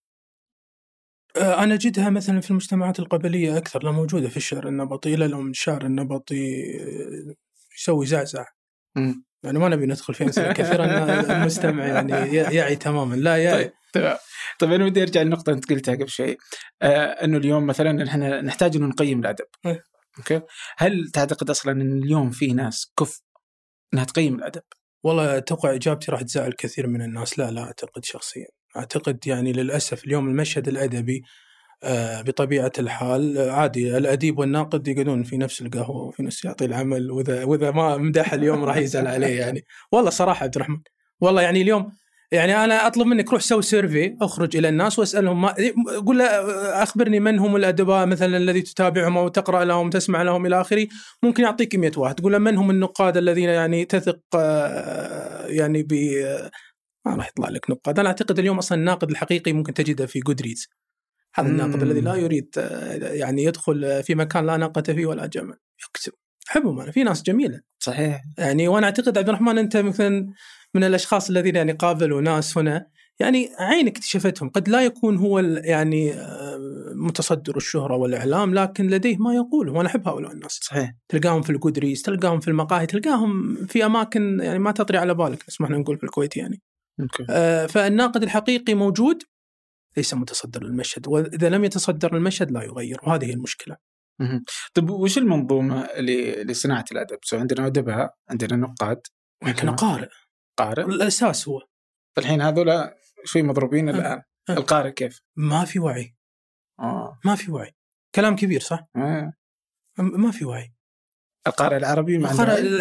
أنا أجدها مثلا في المجتمعات القبلية أكثر، لا موجودة في الشعر النبطي. إلى اليوم الشعر النبطي يسوي زعزع. يعني ما نبي ندخل في أمثلة كثيرة، المستمع يعني يعي تماما. لا يعي. طيب أنا بدي أرجع للنقطة أنت قلتها قبل شيء، أنه اليوم مثلا إحنا نحتاج أن نقيم الأدب. أوكي، هل تعتقد أصلا أن اليوم في ناس كفء أنها تقيم الأدب؟ والله أتوقع إجابتي راح تزعل كثير من الناس. لا أعتقد شخصيا. أعتقد يعني للأسف اليوم المشهد الأدبي بطبيعة الحال عادي الأديب والناقد يقعدون في نفس القهوة وفي نفس يعطي العمل، وإذا ما مدح اليوم راح يزعل عليه يعني. والله صراحة عبد الرحمن، والله يعني اليوم يعني أنا أطلب منك روح سوي سيرفي، أخرج إلى الناس وأسألهم قل أخبرني من هم الأدباء مثلا الذي تتابعهم أو تقرأ لهم تسمع لهم إلى آخره. ممكن يعطيك 100 واحد. تقول من هم النقاد الذين يعني تثق يعني ما راح يطلع لك نقاد. أنا أعتقد اليوم أصلا الناقد الحقيقي ممكن تجده في جودريدز. هذا الناقد الذي لا يريد يعني يدخل في مكان لا ناقة فيه ولا جمل، يكتب. أحبهم أنا، في ناس جميلة صحيح يعني. وأنا أعتقد عبد الرحمن أنت مثلا من الأشخاص الذين يعني قابلوا ناس هنا يعني عينك اكتشفتهم. قد لا يكون هو يعني متصدر الشهرة والإعلام، لكن لديه ما يقوله، وأنا أحب هؤلاء الناس. صحيح. تلقاهم في الجودريز، تلقاهم في المقاهي، تلقاهم في أماكن يعني ما تطري على بالك، اسمحنا نقول في الكويت يعني. فالناقد الحقيقي موجود، ليس متصدر المشهد، وإذا لم يتصدر المشهد لا يغير، وهذه هي المشكلة. طيب وش المنظومة لصناعة الأدب؟ عندنا أدباء، عندنا نقاد، عندنا قارئ الأساس هو. الحين هذولا شوي مضروبين الآن. القارئ كيف؟ ما في وعي. ما في وعي. كلام كبير صح؟ ما في وعي. القارئ العربي مع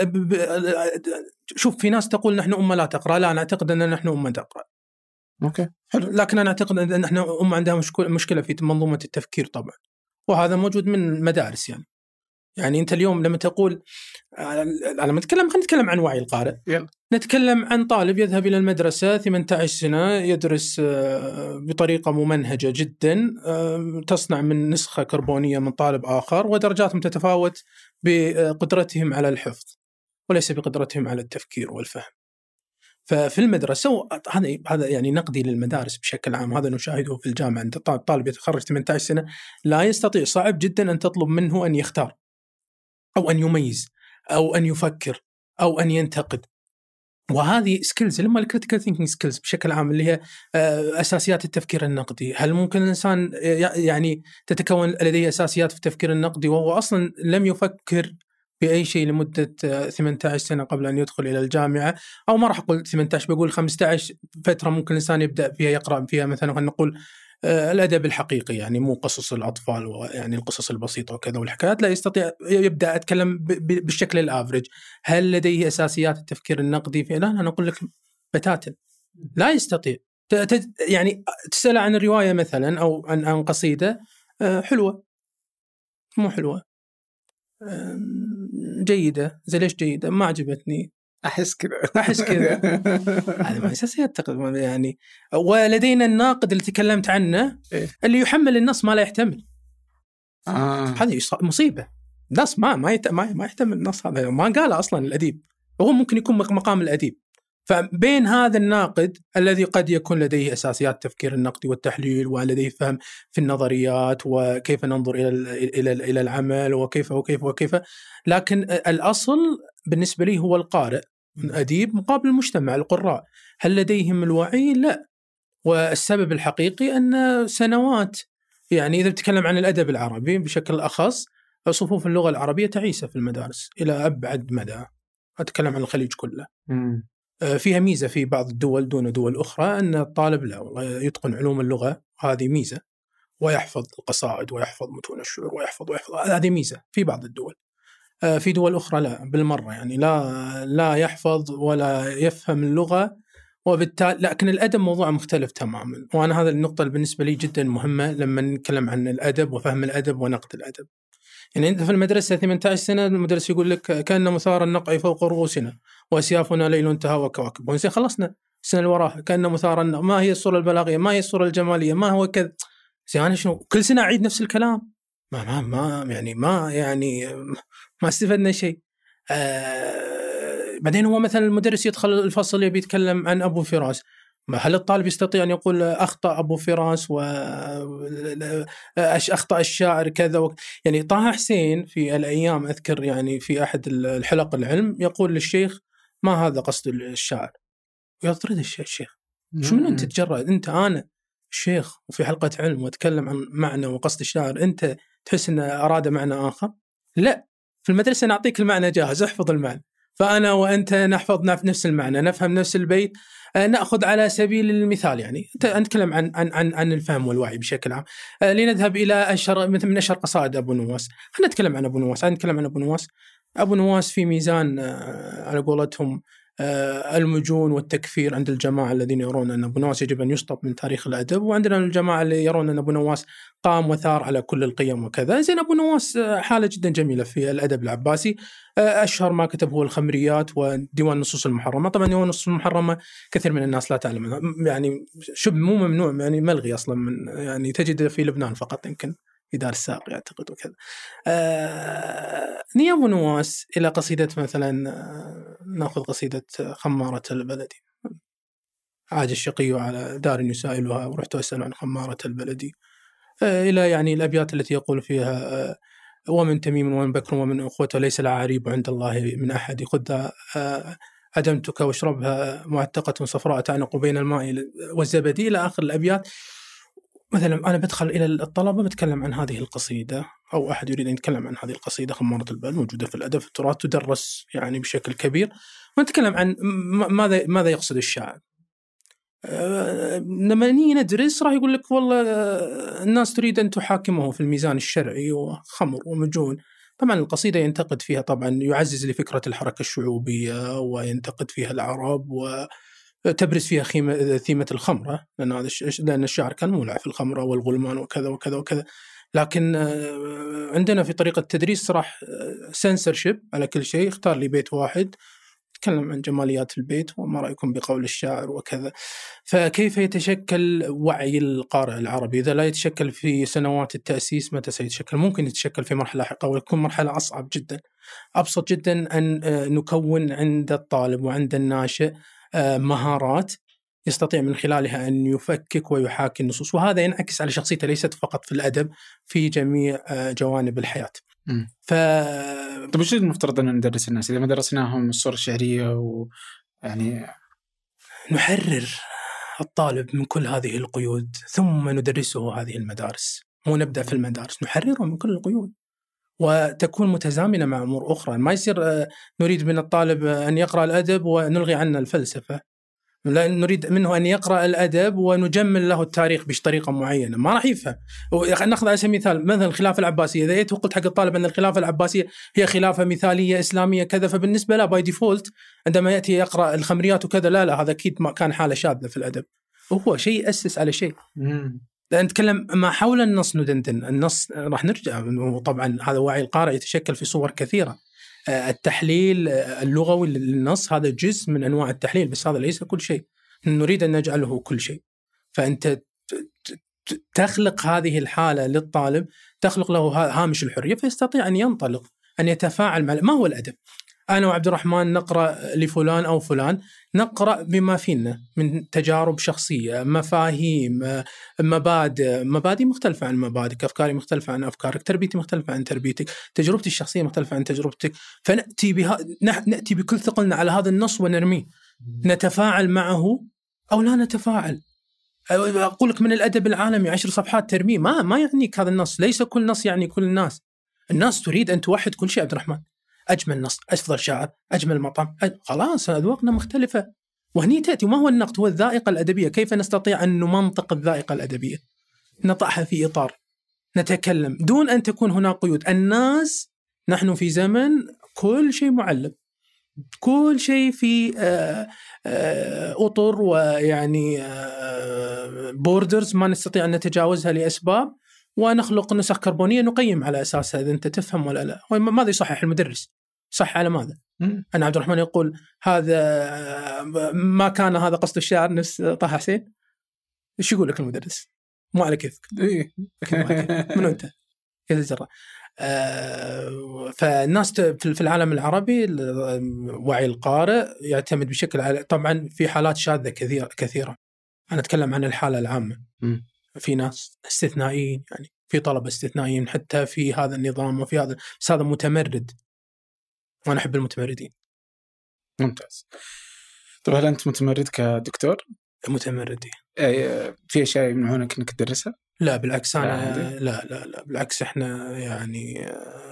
شوف، في ناس تقول نحن أمة لا تقرأ. لا، أنا أعتقد أن نحن أمة تقرأ. أوكي حلو. لكن أنا أعتقد أن نحن أمة عندها مشكلة في منظومة التفكير طبعا، وهذا موجود من المدارس يعني أنت اليوم لما تقول لما نتكلم، خلينا نتكلم عن وعي القارئ. يلا. نتكلم عن طالب يذهب إلى المدرسة 18 سنة، يدرس بطريقة ممنهجة جدا، تصنع من نسخة كربونية من طالب آخر، ودرجاتهم تتفاوت بقدرتهم على الحفظ وليس بقدرتهم على التفكير والفهم. ففي المدرسة هذا يعني نقدي للمدارس بشكل عام، هذا نشاهده في الجامعة. عند طالب يتخرج 18 سنة لا يستطيع، صعب جدا أن تطلب منه أن يختار أو أن يميز أو أن يفكر أو أن ينتقد. وهذه سكيلز اللي هم الكريتيكال ثينكينج سكيلز بشكل عام، اللي هي أساسيات التفكير النقدي. هل ممكن الإنسان يعني تتكون لديه أساسيات في التفكير النقدي وهو أصلا لم يفكر بأي شيء لمدة 18 سنة قبل أن يدخل إلى الجامعة؟ أو ما راح أقول 18، بقول 15 فترة ممكن الإنسان يبدأ فيها يقرأ فيها مثلا خلينا نقول الأدب الحقيقي، يعني مو قصص الأطفال ويعني القصص البسيطة وكذا والحكايات. لا يستطيع يبدأ أتكلم بالشكل الأفريج. هل لديه أساسيات التفكير النقدي؟ لا، أنا أقول لك بتاتا لا يستطيع. يعني تسأل عن الرواية مثلا أو عن قصيدة حلوة، مو حلوة، جيدة، زي ليش جيدة؟ ما عجبتني، أحس كذا. هذا ما أساسيات يعني. ولدينا الناقد اللي تكلمت عنه اللي يحمل النص ما لا يحتمل. هذه مصيبة. النص ما يحتمل النص، هذا ما قاله أصلا الأديب، وهو ممكن يكون مقام الأديب. فبين هذا الناقد الذي قد يكون لديه أساسيات التفكير النقدي والتحليل ولديه فهم في النظريات وكيف ننظر إلى العمل وكيف، لكن الأصل بالنسبة لي هو القارئ أديب مقابل المجتمع القراء. هل لديهم الوعي؟ لا. والسبب الحقيقي أن سنوات، يعني إذا بتكلم عن الأدب العربي بشكل أخص، صفوف اللغة العربية تعيسة في المدارس إلى أبعد مدى. أتكلم عن الخليج كله. فيها ميزة في بعض الدول دون دول أخرى أن الطالب لا والله يتقن علوم اللغة، هذه ميزة، ويحفظ القصائد ويحفظ متون الشعر ويحفظ هذه ميزة في بعض الدول. في دول أخرى لا بالمرة، يعني لا يحفظ ولا يفهم اللغة، وبالتالي لكن الأدب موضوع مختلف تماما. وأنا هذا النقطة بالنسبة لي جدا مهمة لما نتكلم عن الأدب وفهم الأدب ونقد الأدب. يعني أنت في المدرسة 18 سنة المدرس يقول لك كأن مثار النقع فوق رؤوسنا وأسيافنا ليل انتهى وكواكب، ونسي خلصنا السنة اللي وراها كأن مثار النقع، ما هي الصورة البلاغية، ما هي الصورة الجمالية، ما هو كذا. أنا شنو كل سنة أعيد نفس الكلام؟ ما استفدنا شيء. بعدين هو مثلا المدرس يدخل الفصل يبي يتكلم عن أبو فراس، هل الطالب يستطيع أن يقول أخطأ أبو فراس وأخطأ الشاعر كذا يعني طه حسين في الأيام أذكر يعني في أحد الحلق العلم يقول للشيخ ما هذا قصد الشاعر، ويطرد الشيخ. شو من أنت تجرد؟ أنا الشيخ وفي حلقة علم وأتكلم عن معنى وقصد الشاعر، أنت تحس أن أراد معنى آخر؟ لا، في المدرسة نعطيك المعنى جاهز، احفظ المعنى. فأنا وأنت نحفظ نفس المعنى، نفهم نفس البيت. نأخذ على سبيل المثال يعني نتكلم عن الفهم والوعي بشكل عام. لنذهب إلى أشهر من أشهر قصائد أبو نواس. خلينا نتكلم عن أبو نواس. أبو نواس في ميزان على قولتهم المجون والتكفير عند الجماعة الذين يرون أن أبو نواس يجب أن يسقط من تاريخ الأدب، وعندنا الجماعة اللي يرون أن أبو نواس قام وثار على كل القيم وكذا. زين، أبو نواس حالة جدا جميلة في الأدب العباسي. أشهر ما كتب هو الخمريات وديوان النصوص المحرمة. طبعا ديوان النصوص المحرمة كثير من الناس لا تعلم، يعني شبه مو ممنوع، يعني ملغي أصلا من، يعني تجد في لبنان فقط يمكن في دار الساق يعتقد وكذا. ني أبو نواس إلى قصيدة مثلا، نأخذ قصيدة خمارة البلدي. عاج الشقي على دار يسائلها ورحت أسأل عن خمارة البلدي، إلى يعني الأبيات التي يقول فيها ومن تميم ومن بكر ومن أخوته ليس العريب عند الله من أحد، خذ أدمتك واشربها معتقة صفراء تعنق بين الماء والزبدي، إلى آخر الأبيات. مثلا أنا بدخل إلى الطلبة بتكلم عن هذه القصيدة، أو أحد يريد أن يتكلم عن هذه القصيدة خمارة البلد، موجودة في الأدب في التراث، تدرس يعني بشكل كبير، ونتكلم عن ماذا يقصد الشاعر. لما نيجي ندرس راح يقول لك والله الناس تريد أن تحاكمه في الميزان الشرعي وخمر ومجون. طبعا القصيدة ينتقد فيها، طبعا يعزز لفكرة الحركة الشعوبية وينتقد فيها العرب وتبرز فيها ثيمة الخمرة، لأن الشعر كان مولع في الخمرة والغلمان وكذا وكذا وكذا. لكن عندنا في طريقة التدريس راح سنسرشيب على كل شيء. اختار لي بيت واحد تكلم عن جماليات البيت وما رأيكم بقول الشاعر وكذا. فكيف يتشكل وعي القارئ العربي إذا لا يتشكل في سنوات التأسيس؟ متى سيتشكل؟ ممكن يتشكل في مرحلة لاحقة، ويكون مرحلة أصعب جدا. أبسط جدا أن نكون عند الطالب وعند الناشئ مهارات يستطيع من خلالها أن يفكك ويحاكي النصوص، وهذا ينعكس على شخصيته ليست فقط في الأدب، في جميع جوانب الحياة. طيب وش المفترض أن ندرس الناس إذا ما درسناهم الصورة الشعرية؟ ويعني نحرر الطالب من كل هذه القيود ثم ندرسه هذه المدارس. مو نبدأ في المدارس، نحرره من كل القيود وتكون متزامنة مع أمور أخرى. ما يصير نريد من الطالب أن يقرأ الأدب ونلغي عنه الفلسفة، لا نريد منه أن يقرأ الأدب ونجمل له التاريخ بطريقة معينة، ما راح يفهم. نأخذ على سبيل المثال مثلا الخلافة العباسية، إذا جيت وقلت حق الطالب أن الخلافة العباسية هي خلافة مثالية إسلامية كذا، فبالنسبة له باي ديفولت عندما يأتي يقرأ الخمريات وكذا، لا هذا أكيد ما كان حالة شاذة في الأدب، وهو شيء يأسس على شيء. لأن نتكلم ما حول النص، ندندن النص راح نرجع. وطبعا هذا وعي القارئ يتشكل في صور كثيرة. التحليل اللغوي للنص هذا جزء من أنواع التحليل، بس هذا ليس كل شيء. نريد أن نجعله كل شيء. فأنت تخلق هذه الحالة للطالب، تخلق له هامش الحرية، فيستطيع أن ينطلق، أن يتفاعل مع ما هو الأدب. أنا وعبد الرحمن نقرأ لفلان أو فلان، نقرأ بما فينا من تجارب شخصية، مفاهيم، مبادئ مختلفة عن مبادئك، أفكاري مختلفة عن أفكارك، تربيتي مختلفة عن تربيتك، تجربتي الشخصية مختلفة عن تجربتك. فنأتي نأتي بكل ثقلنا على هذا النص ونرميه، نتفاعل معه أو لا نتفاعل. أقول لك من الأدب العالمي 10 صفحات ترميه ما يعنيك هذا النص. ليس كل نص يعني كل الناس. الناس تريد أن توحد كل شيء. عبد الرحمن أجمل نص، أفضل شاعر، أجمل مطعم، خلاص أذواقنا مختلفة. وهني تأتي ما هو النقد، هو الذائقة الأدبية. كيف نستطيع أن نمنطق الذائقة الأدبية، نضعها في إطار، نتكلم دون أن تكون هناك قيود. الناس نحن في زمن كل شيء معلم، كل شيء في أطر ويعني بوردرز ما نستطيع أن نتجاوزها لأسباب، ونخلق نسخ كربونية نقيم على أساسها إذا أنت تفهم ولا لا. ماذا يصحح المدرس؟ صح على ماذا؟ أنا عبد الرحمن يقول هذا ما كان هذا قصد الشاعر نفس طه حسين، إيش يقول لك المدرس؟ مو على كيفك. من أنت كذا جرى. فالناس في العالم العربي وعي القارئ يعتمد بشكل على، طبعا في حالات شاذة كثيرة. أنا أتكلم عن الحالة العامة. في ناس استثنائيين، يعني في طلبة استثنائيين حتى في هذا النظام وفي هذا، بس هذا متمرد وأنا أحب المتمردين. ممتاز. طب هل أنت متمرد كدكتور؟ متمردين. في أشياء يمنعونك إنك تدرسها؟ لا بالعكس، أنا لا بالعكس، إحنا يعني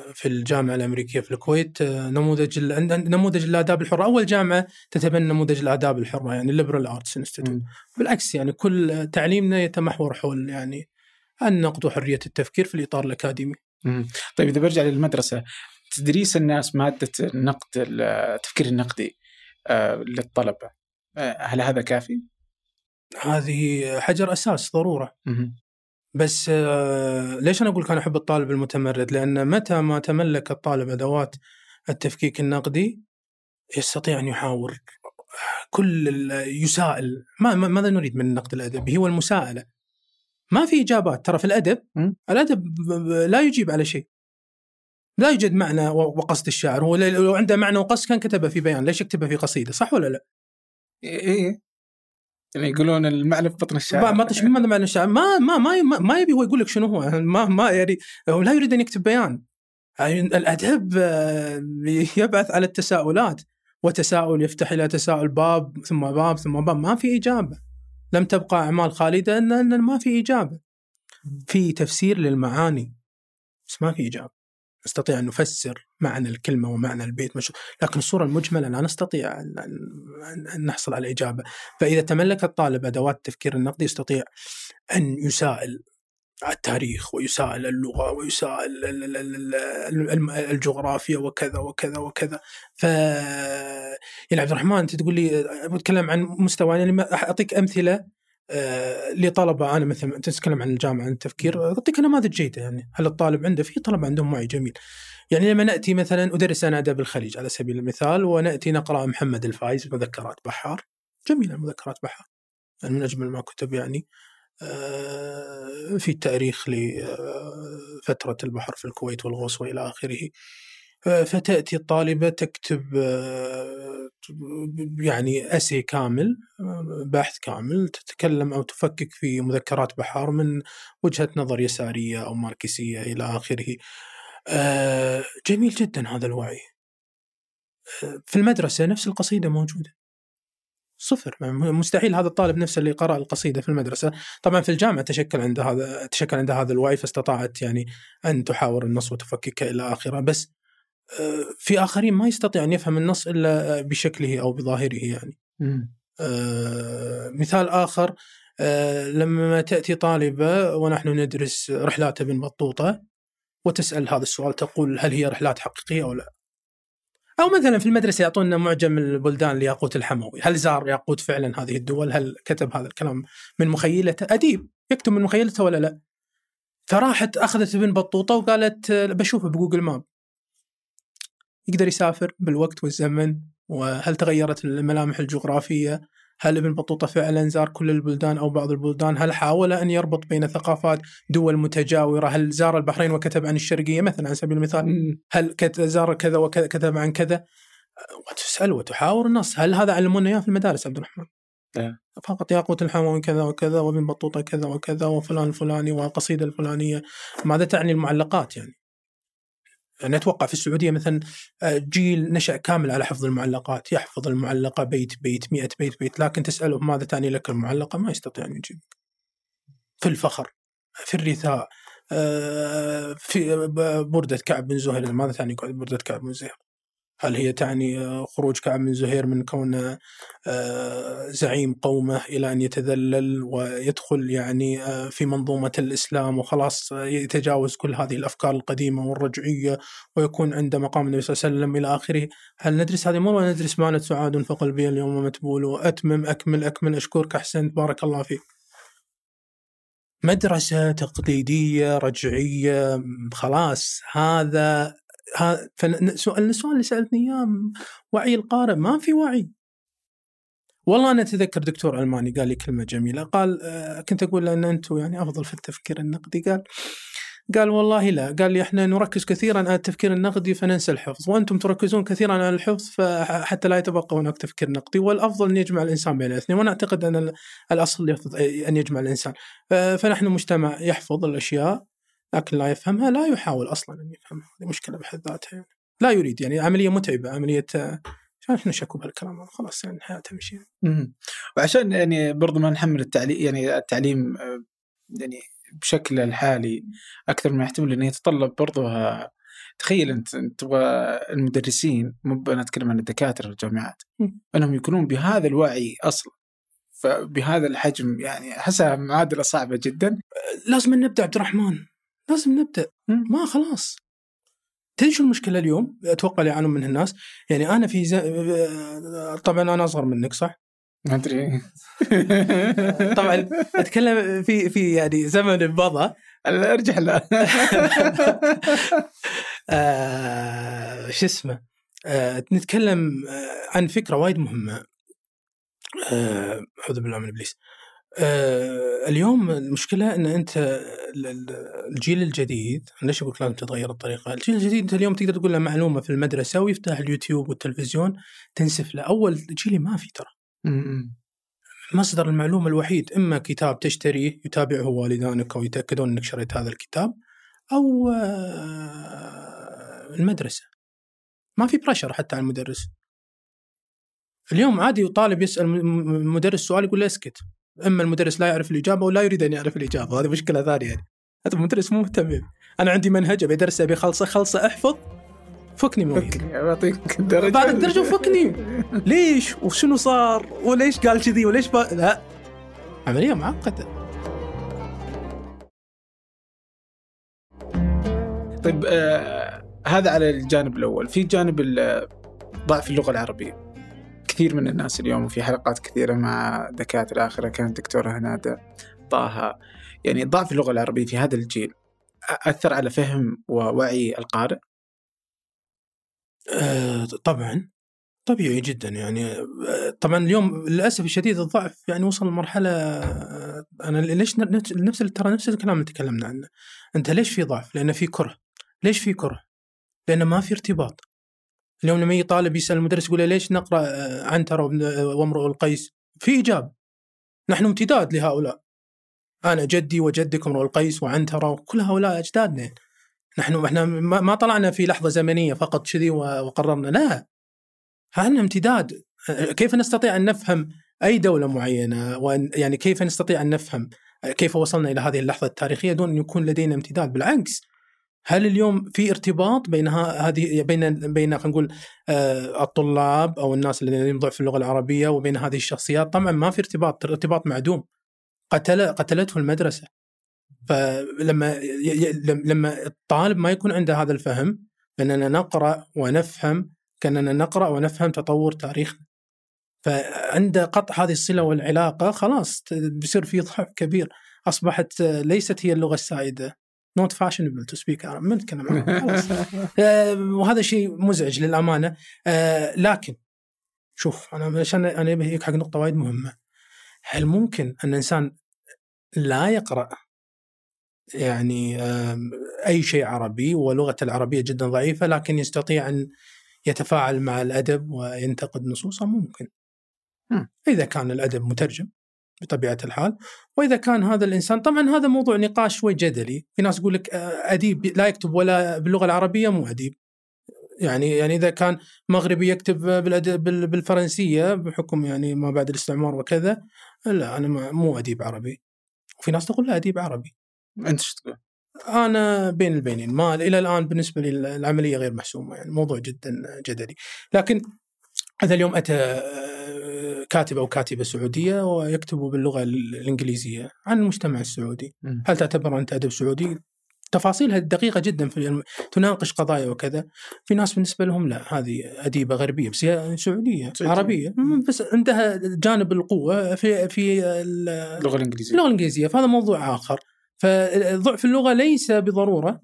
في الجامعة الأمريكية في الكويت، نموذج الآداب الحرة، أول جامعة تتبنى نموذج الآداب الحرة، يعني Liberal Arts Institute. بالعكس يعني كل تعليمنا يتمحور حول يعني النقد وحرية التفكير في الإطار الأكاديمي. طيب إذا برجع للمدرسة، تدريس الناس مادة النقد، التفكير النقدي للطلبة، هل هذا كافي؟ هذه حجر أساس ضرورة. بس ليش أنا أقول كان أحب الطالب المتمرد؟ لأن متى ما تملك الطالب أدوات التفكيك النقدي يستطيع أن يحاور كل يسائل. ماذا نريد من النقد الأدبي؟ هو المساءلة. ما في إجابات ترى في الأدب. الأدب لا يجيب على شيء، لا يوجد معنى وقصد الشاعر. هو لو عنده معنى وقصد كان كتبه في بيان، ليش يكتبه في قصيدة؟ صح ولا لا؟ إيه يعني يقولون المعنى في بطن الشاعر. ما تشبه معنى الشاعر. ما يبي هو يقول لك شنو هو. ما يعني هو لا يريد أن يكتب بيان. يعني الأدب يبعث على التساؤلات، وتساؤل يفتح إلى تساؤل، باب ثم باب ثم باب، ما في إجابة. لم تبقى أعمال خالدة أن ما في إجابة. في تفسير للمعاني بس ما في إجابة. نستطيع أن نفسر معنى الكلمة ومعنى البيت لكن الصورة المجملة لا نستطيع أن نحصل على إجابة. فإذا تملك الطالب أدوات التفكير النقدي يستطيع أن يسائل التاريخ ويسائل اللغة ويسائل الجغرافيا وكذا وكذا وكذا. يعني عبد الرحمن أنت تقول لي بتكلم عن مستوى، يعني أعطيك أمثلة لطلبة. أنا مثلا تتكلم عن الجامعة عن التفكير، أعطيك نماذج جيدة. يعني هل الطالب عنده في طلبة عندهم وعي جميل. يعني لما نأتي مثلا أدرس أنا أدب الخليج على سبيل المثال، ونأتي نقرأ محمد الفايز مذكرات بحار، جميلة مذكرات بحار، يعني من أجمل ما كتب يعني في التاريخ لفترة البحر في الكويت والغوص وإلى آخره. فتأتي الطالبة تكتب يعني أسي كامل، بحث كامل، تتكلم أو تفكك في مذكرات بحار من وجهة نظر يسارية أو ماركسية إلى آخره. جميل جدا هذا الوعي. في المدرسة نفس القصيدة موجودة، صفر. مستحيل هذا الطالب نفسه اللي قرأ القصيدة في المدرسة. طبعا في الجامعة تشكل عند هذا الوعي، فاستطاعت يعني أن تحاور النص وتفككه إلى آخره. بس في آخرين ما يستطيع أن يفهم النص إلا بشكله أو بظاهره يعني. مثال آخر، لما تأتي طالبة ونحن ندرس رحلات ابن بطوطة وتسأل هذا السؤال، تقول هل هي رحلات حقيقية أو لا؟ أو مثلا في المدرسة يعطونا معجم البلدان لياقوت الحموي، هل زار ياقوت فعلا هذه الدول؟ هل كتب هذا الكلام من مخيلته؟ أديب يكتب من مخيلته ولا لا؟ فراحت أخذت ابن بطوطة وقالت بشوفه بجوجل ماب، يقدر يسافر بالوقت والزمن، وهل تغيرت الملامح الجغرافية؟ هل ابن بطوطة فعلا زار كل البلدان أو بعض البلدان؟ هل حاول أن يربط بين ثقافات دول متجاورة؟ هل زار البحرين وكتب عن الشرقية مثلا على سبيل المثال؟ هل زار كذا وكذا كتب عن كذا؟ وتسأل وتحاور النص. هل هذا علمونا إياه في المدارس عبد الرحمن؟ فقط ياقوت الحموي كذا وكذا وابن بطوطة كذا وكذا وفلان الفلاني والقصيدة الفلانية. ماذا تعني المعلقات يعني أتوقع في السعودية مثلا جيل نشأ كامل على حفظ المعلقات، يحفظ المعلقة بيت 100 بيت، لكن تسأله ماذا تعني لك المعلقة ما يستطيع أن يجيب. في الفخر، في الرثاء، في بردة كعب بن زهير، ماذا تعني بردة كعب بن زهير؟ هل هي تعني خروج كعب بن زهير من كون زعيم قومه إلى أن يتذلل ويدخل يعني في منظومة الإسلام وخلاص يتجاوز كل هذه الأفكار القديمة والرجعية ويكون عند مقام النبي صلى الله عليه وسلم إلى آخره؟ هل ندرس هذه المرة ولا ندرس معنى سعاد فقلبي اليوم متبول وأتمم أكمل أشكرك أحسنت بارك الله فيك؟ مدرسة تقليدية رجعية خلاص. هذا السؤال اللي سألتني إياه، وعي القارئ ما في وعي. والله أنا أتذكر دكتور ألماني قال لي كلمة جميلة، قال كنت أقول له أن أنتم يعني أفضل في التفكير النقدي، قال والله لا، قال لي إحنا نركز كثيرا على التفكير النقدي فننسى الحفظ، وأنتم تركزون كثيرا على الحفظ حتى لا يتبقى هناك تفكير نقدي، والأفضل أن يجمع الإنسان بين الاثنين. وأنا أعتقد أن الأصل أن يجمع الإنسان. فنحن مجتمع يحفظ الأشياء لكن لا يفهمها، لا يحاول أصلا أن يفهمها. هذه مشكلة بحد ذاتها يعني. لا يريد، يعني عملية متعبة، عملية احنا نشكوا بهالكلام خلاص يعني الحياة تمشي. وعشان يعني برضو ما نحمل التعليم يعني بشكل الحالي أكثر ما يحتمل أنه يتطلب برضو تخيل أنت تبغى المدرسين، مو أنا أتكلم عن الدكاترة الجامعات، أنهم يكونون بهذا الوعي أصلا، فبهذا الحجم، يعني أحسها معادلة صعبة جدا. لازم نبدأ عبد الرحمن، لازم نبدأ. ما خلاص. تدري شو المشكلة اليوم؟ أتوقع اللي يعانون منها الناس. يعني أنا في طبعا أنا أصغر منك صح؟ ما أدري. طبعا أتكلم في يعني زمن مضى. أرجع لا. شو اسمه، نتكلم عن فكرة وايد مهمة. أعوذ بالله من إبليس. اليوم المشكلة أن أنت الجيل الجديد، ليش أقول لازم تتغير الطريقة؟ الجيل الجديد أنت اليوم تقدر تقول له معلومة في المدرسة ويفتح اليوتيوب والتلفزيون تنسف له. أول جيلي ما في ترى. مصدر المعلومة الوحيد إما كتاب تشتريه يتابعه والدانك أو يتأكدون أنك شريت هذا الكتاب، أو المدرسة. ما في بريشر حتى على المدرس. اليوم عادي طالب يسأل المدرس سؤال يقول له اسكت. إما المدرس لا يعرف الإجابة ولا يريد أن يعرف الإجابة، هذه مشكلة ثانية. يعني هذا المدرس مو مهتم. أنا عندي منهج أبي أدرسه أبي خلصة أحفظ، فكني مويد أعطيك درجة بعد الدرجة وفكني. ليش وشنو صار وليش قال كذي وليش لا، عملية معقدة. طيب هذا على الجانب الأول. في جانب ضعف اللغة العربية. كثير من الناس اليوم، وفي حلقات كثيرة مع دكاترة آخرة كانت دكتورة هنادة طه، يعني ضعف اللغة العربية في هذا الجيل أثر على فهم ووعي القارئ؟ طبعا طبيعي جدا. يعني طبعا اليوم للأسف الشديد الضعف يعني وصل لمرحلة. أنا ليش نفس الكلام اللي تكلمنا عنه. أنت ليش في ضعف؟ لأن في كره. ليش في كره؟ لأن ما في ارتباط. اليوم لما يجي طالب يسأل المدرس يقول له ليش نقرأ عنترة وامرؤ القيس؟ في إجابة. نحن امتداد لهؤلاء. أنا جدي وجدك امرؤ القيس وعنترة وكل هؤلاء أجدادنا. احنا ما طلعنا في لحظة زمنية فقط كذي وقررنا، لا، هذا امتداد. كيف نستطيع أن نفهم أي دولة معينة، يعني كيف نستطيع أن نفهم كيف وصلنا إلى هذه اللحظة التاريخية دون أن يكون لدينا امتداد؟ بالعكس، هل اليوم في ارتباط بين هذه بين خلينا نقول الطلاب أو الناس الذين يضعف في اللغة العربية وبين هذه الشخصيات؟ طبعا ما في ارتباط معدوم. قتلته المدرسة. فلما الطالب ما يكون عنده هذا الفهم أننا نقرأ ونفهم كأننا نقرأ ونفهم تطور تاريخنا، فعند قطع هذه الصلة والعلاقة خلاص بيصير في ضعف كبير. أصبحت ليست هي اللغة السائدة. not fashionable to speak Arabic. من كلام خلاص. وهذا شيء مزعج للأمانة. لكن شوف، أنا بهيك حق نقطة وايد مهمة. هل ممكن أن الإنسان لا يقرأ يعني أي شيء عربي ولغة العربية جدا ضعيفة لكن يستطيع أن يتفاعل مع الأدب وينتقد نصوصه؟ ممكن، إذا كان الأدب مترجم بطبيعة الحال، وإذا كان هذا الإنسان. طبعا هذا موضوع نقاش شوي جدلي. في ناس يقول لك أديب لا يكتب ولا باللغة العربية مو أديب. يعني إذا كان مغربي يكتب بالفرنسية بحكم يعني ما بعد الاستعمار وكذا، لا أنا مو أديب عربي. وفي ناس تقول لا أديب عربي. أنت شو تقول؟ أنا بين البينين. ما إلى الآن بالنسبة لي العملية غير محسومة. يعني موضوع جدا جدلي. لكن هذا اليوم أتى كاتب أو كاتبة سعودية ويكتبوا باللغة الإنجليزية عن المجتمع السعودي، هل تعتبر أنت أدب سعودي؟ تفاصيلها دقيقة جدا في تناقش قضايا وكذا. في ناس بالنسبة لهم لا، هذه أديبة غربية بس هي سعودية عربية، بس عندها جانب القوة في اللغة الإنجليزية. فهذا موضوع آخر. فضعف اللغة ليس بضرورة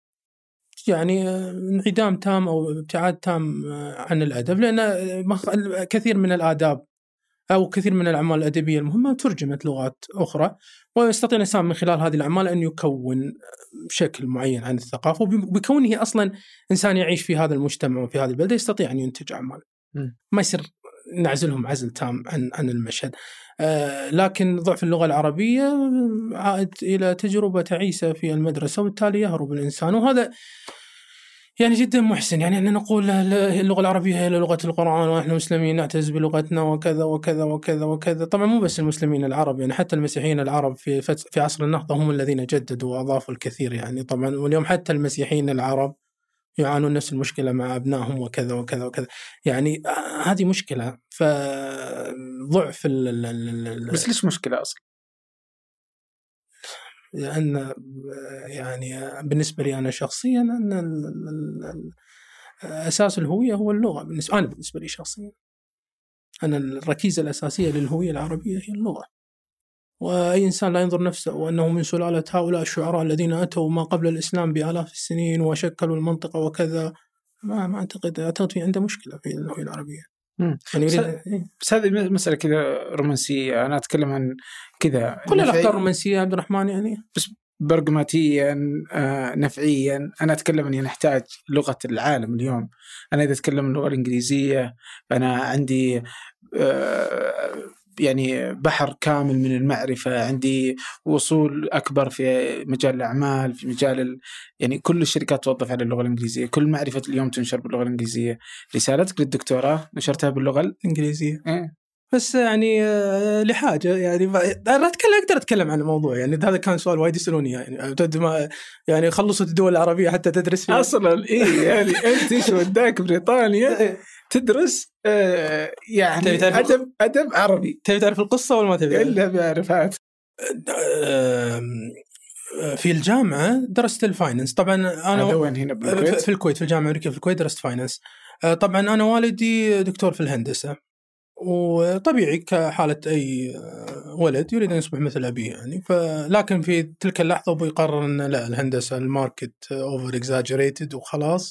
يعني انعدام تام أو ابتعاد تام عن الأدب، لأن كثير من الآداب أو كثير من الأعمال الأدبية المهمة ترجمت لغات أخرى، ويستطيع الإنسان من خلال هذه الأعمال أن يكون شكل معين عن الثقافة، وبكونه أصلا إنسان يعيش في هذا المجتمع وفي هذه البلدة يستطيع أن ينتج أعمال. ما يصير نعزلهم عزل تام عن المشهد. لكن ضعف اللغة العربية عائد إلى تجربة تعيسة في المدرسة، وبالتالي يهرب الإنسان. وهذا يعني جدا محسن. يعني أننا نقول اللغة العربية هي لغة القرآن ونحن مسلمين نعتز بلغتنا وكذا وكذا وكذا وكذا. طبعا مو بس المسلمين العرب، يعني حتى المسيحيين العرب في عصر النهضة هم الذين جددوا وأضافوا الكثير. يعني طبعا واليوم حتى المسيحيين العرب يعانون نفس المشكلة مع أبنائهم وكذا وكذا وكذا. يعني هذه مشكلة. فضعف بس ليش مشكلة أصلا؟ لأن يعني بالنسبة لي أنا شخصيا أن أساس الهوية هو اللغة. بالنسبة لي شخصيا أنا الركيزة الأساسية للهوية العربية هي اللغة. وأي إنسان لا ينظر نفسه وأنه من سلالة هؤلاء الشعراء الذين أتوا ما قبل الإسلام بآلاف السنين وشكلوا المنطقة وكذا، ما أعتقد في عنده مشكلة في الهوية العربية. يعني بس هذه مسألة كذا رومانسية. أنا أتكلم عن كذا كل الأفكار رومانسية عبد الرحمن، يعني بس برغماتيا نفعيا. أنا أتكلم أني نحتاج لغة العالم اليوم. أنا إذا أتكلم اللغة الإنجليزية أنا عندي يعني بحر كامل من المعرفة، عندي وصول أكبر في مجال الأعمال، في مجال يعني كل الشركات توظف على اللغة الإنجليزية، كل معرفة اليوم تنشر باللغة الإنجليزية. رسالتك للدكتوراه نشرتها باللغة الإنجليزية. بس يعني لحاجة يعني أنا أقدر أتكلم عن الموضوع. يعني هذا كان سؤال وايد يسألوني، يعني خلصت الدول العربية حتى تدرس فيها أصلا يعني أنت إيش وداك بريطانيا تدرس يعني أدب عربي؟ تبي تعرف القصة ولا ما تبي؟ إلا بعرفها. في الجامعة درست الفاينانس. طبعا أنا وين هنا بالكويت؟ في الكويت، في الجامعة الأمريكية في الكويت درست فاينانس. طبعا أنا والدي دكتور في الهندسة، وطبيعي كحالة أي ولد يريد أن يصبح مثل أبيه يعني. لكن في تلك اللحظة أبوي قرر أن لا، الهندسة الماركت أوفر إكزاجريتد وخلاص،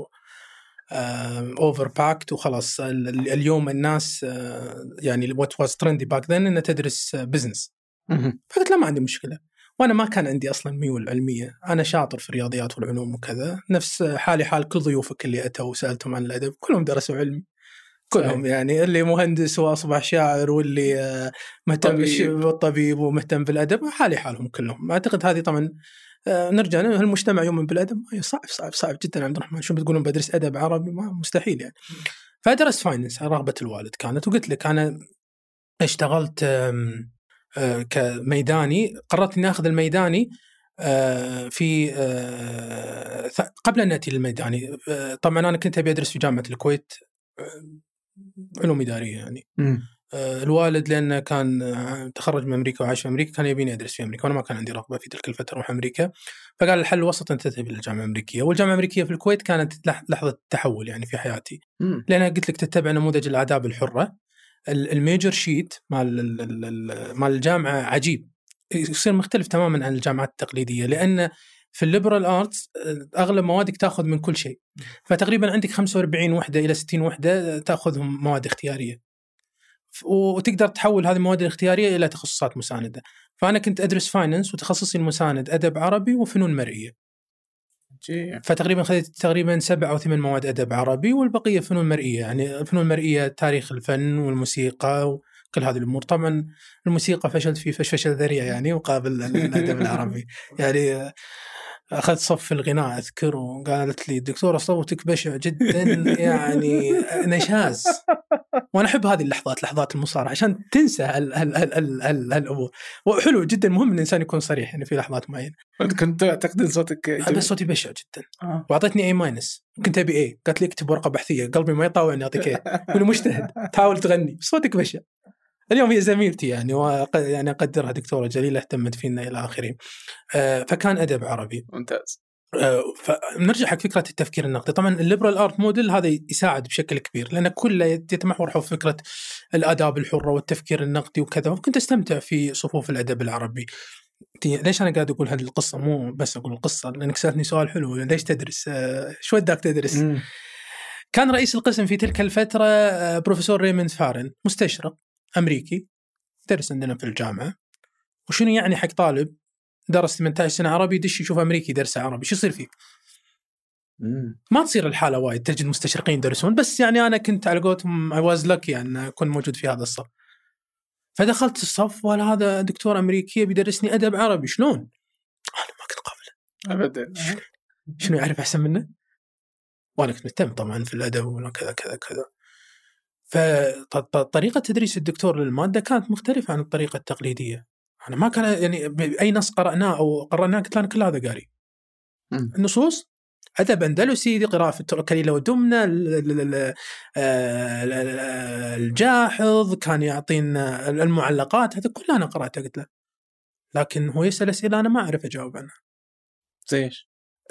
أوفر باكت وخلاص. اليوم الناس يعني what was trendy back then أن تدرس بزنس. فقلت لا، ما عندي مشكلة. وأنا ما كان عندي أصلا ميول علمية، أنا شاطر في الرياضيات والعلوم وكذا، نفس حالي حال كل ضيوفك اللي أتوا وسألتهم عن الأدب كلهم درسوا علمي كلهم. يعني اللي مهندس وأصبح شاعر، واللي مهتم بالطبيب ومهتم بالأدب، حالي حالهم كلهم. أعتقد هذه طبعا نرجع المجتمع يؤمن بالأدب. صعب جدا عبد الرحمن. شو بتقولون بدرس أدب عربي؟ ما مستحيل يعني. فدرست فاينانس رغبة الوالد كانت. وقلت لك أنا اشتغلت كميداني. قررت إني أخذ الميداني في قبل أن نأتي للميداني. طبعا أنا كنت أبي أدرس في جامعة الكويت علوم إدارية يعني. الوالد لأنه كان تخرج من أمريكا وعاش في أمريكا كان يبيني أدرس في أمريكا، وأنا ما كان عندي رغبة في تلك الفترة أروح أمريكا. فقال الحل الوسط أن تذهب إلى الجامعة الأمريكية. والجامعة الأمريكية في الكويت كانت لحظة تحول يعني في حياتي، لأن قلت لك تتبع نموذج الآداب الحرة. الميجر شيت مال الجامعة عجيب، يصير مختلف تماما عن الجامعات التقليدية، لأن في الليبرال آرتس أغلب موادك تأخذ من كل شيء. فتقريبا عندك 45 وحدة إلى 60 وحدة تأخذهم مواد اختيارية، وتقدر تحول هذه المواد الاختيارية إلى تخصصات مساندة. فأنا كنت أدرس فاينانس وتخصصي المساند أدب عربي وفنون مرئية. فتقريبا خذيت تقريبا 7 أو 8 مواد أدب عربي، والبقية فنون مرئية. يعني فنون مرئية تاريخ الفن والموسيقى وكل هذه الأمور. طبعا الموسيقى فشلت فيه فشل ذريع يعني مقابل الأدب العربي. يعني أخذت صف الغناء أذكر، وقالت لي الدكتورة صوتك بشع جدا يعني نشاز. وأنا أحب هذه اللحظات، لحظات المصارعة، عشان تنسى الأمور. وحلو جدا، مهم إن الإنسان يكون صريح يعني في لحظات معينة. كنت تقدر صوتك بس صوتي بشع جدا. وأعطتني A-، كنت أبي A، قالت لي اكتب ورقة بحثية، قلبي ما يطاوعني أعطيك A. كل مجتهد تحاول تغني صوتك بشع. اليوم هي زميلتي يعني، يعني أقدرها، دكتورة جليلة اهتمت فينا إلى آخره. فكان أدب عربي ممتاز. فنرجع حق فكرة التفكير النقدي. طبعا الليبرال آرت موديل هذا يساعد بشكل كبير، لأن كله يتمحور حول فكرة الآداب الحرة والتفكير النقدي وكذا. وكنت أستمتع في صفوف الأدب العربي. ليش أنا قاعد أقول هذه القصة؟ مو بس أقول القصة لأنك سألتني سؤال حلو، ليش تدرس؟ شو وداك تدرس؟ كان رئيس القسم في تلك الفترة بروفيسور ريموند فارن، مستشرق أمريكي درس عندنا في الجامعة. وشنو يعني حق طالب درس 18 سنة عربي دش يشوف أمريكي درس عربي، شو يصير فيه؟ ما تصير الحالة وايد تجد مستشرقين يدرسون. بس يعني أنا كنت على قولتهم I was lucky أن أكون موجود في هذا الصف. فدخلت الصف ولا هذا دكتور أمريكي بيدرسني أدب عربي، شلون؟ أنا ما كنت قابله أبدا. شنو يعرف أحسن منه؟ وأنا كنت مهتم طبعا في الأدب ولا كذا كذا كذا. فطريقة تدريس الدكتور للمادة كانت مختلفة عن الطريقة التقليدية. أنا ما كان يعني أي نص قرأناه أو قرأناه قلت لنا كل هذا قاري. النصوص أدب أندلسي، دي قراءة في الكليلة ودمنة، الجاحظ كان يعطينا المعلقات، هذا كله أنا قرأته. قلت له لكن هو يسأل أسئلة أنا ما أعرف أجاوب عنها. زي إيش؟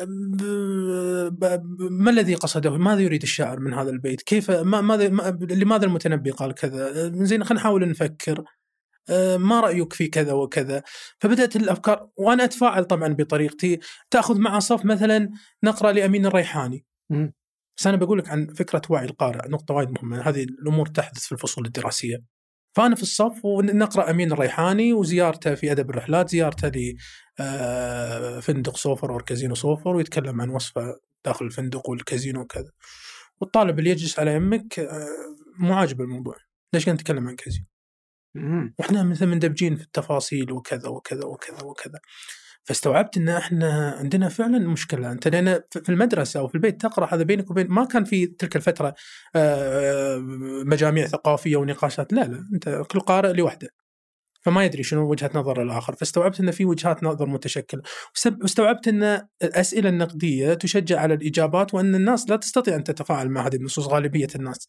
ما الذي قصده؟ ماذا يريد الشاعر من هذا البيت؟ كيف لماذا المتنبي قال كذا؟ زين خلينا نحاول نفكر. ما رأيك في كذا وكذا؟ فبدأت الأفكار وأنا أتفاعل طبعا بطريقتي. تأخذ مع صف مثلا نقرأ لأمين الريحاني. بس أنا بقول لك عن فكرة وعي القارئ، نقطة وايد مهمة. هذه الأمور تحدث في الفصول الدراسية. فأنا في الصف ونقرأ أمين الريحاني وزيارته في أدب الرحلات، زيارته لفندق صوفر والكازينو صوفر، ويتكلم عن وصفة داخل الفندق والكازينو وكذا. والطالب اللي يجلس على يمك مو عاجب الموضوع، ليش كان نتكلم عن كازينو؟ وإحنا مثل مندمجين في التفاصيل وكذا وكذا وكذا وكذا. فاستوعبت إن إحنا عندنا فعلا مشكلة. أنت لأن في المدرسة أو في البيت تقرأ هذا بينك وبين، ما كان في تلك الفترة مجاميع ثقافية ونقاشات، لا أنت كل قارئ لوحده، فما يدري شنو وجهة نظر الآخر. فاستوعبت إن في وجهات نظر متشكلة، واستوعبت أن الأسئلة النقدية تشجع على الإجابات، وأن الناس لا تستطيع أن تتفاعل مع هذه النصوص، غالبية الناس.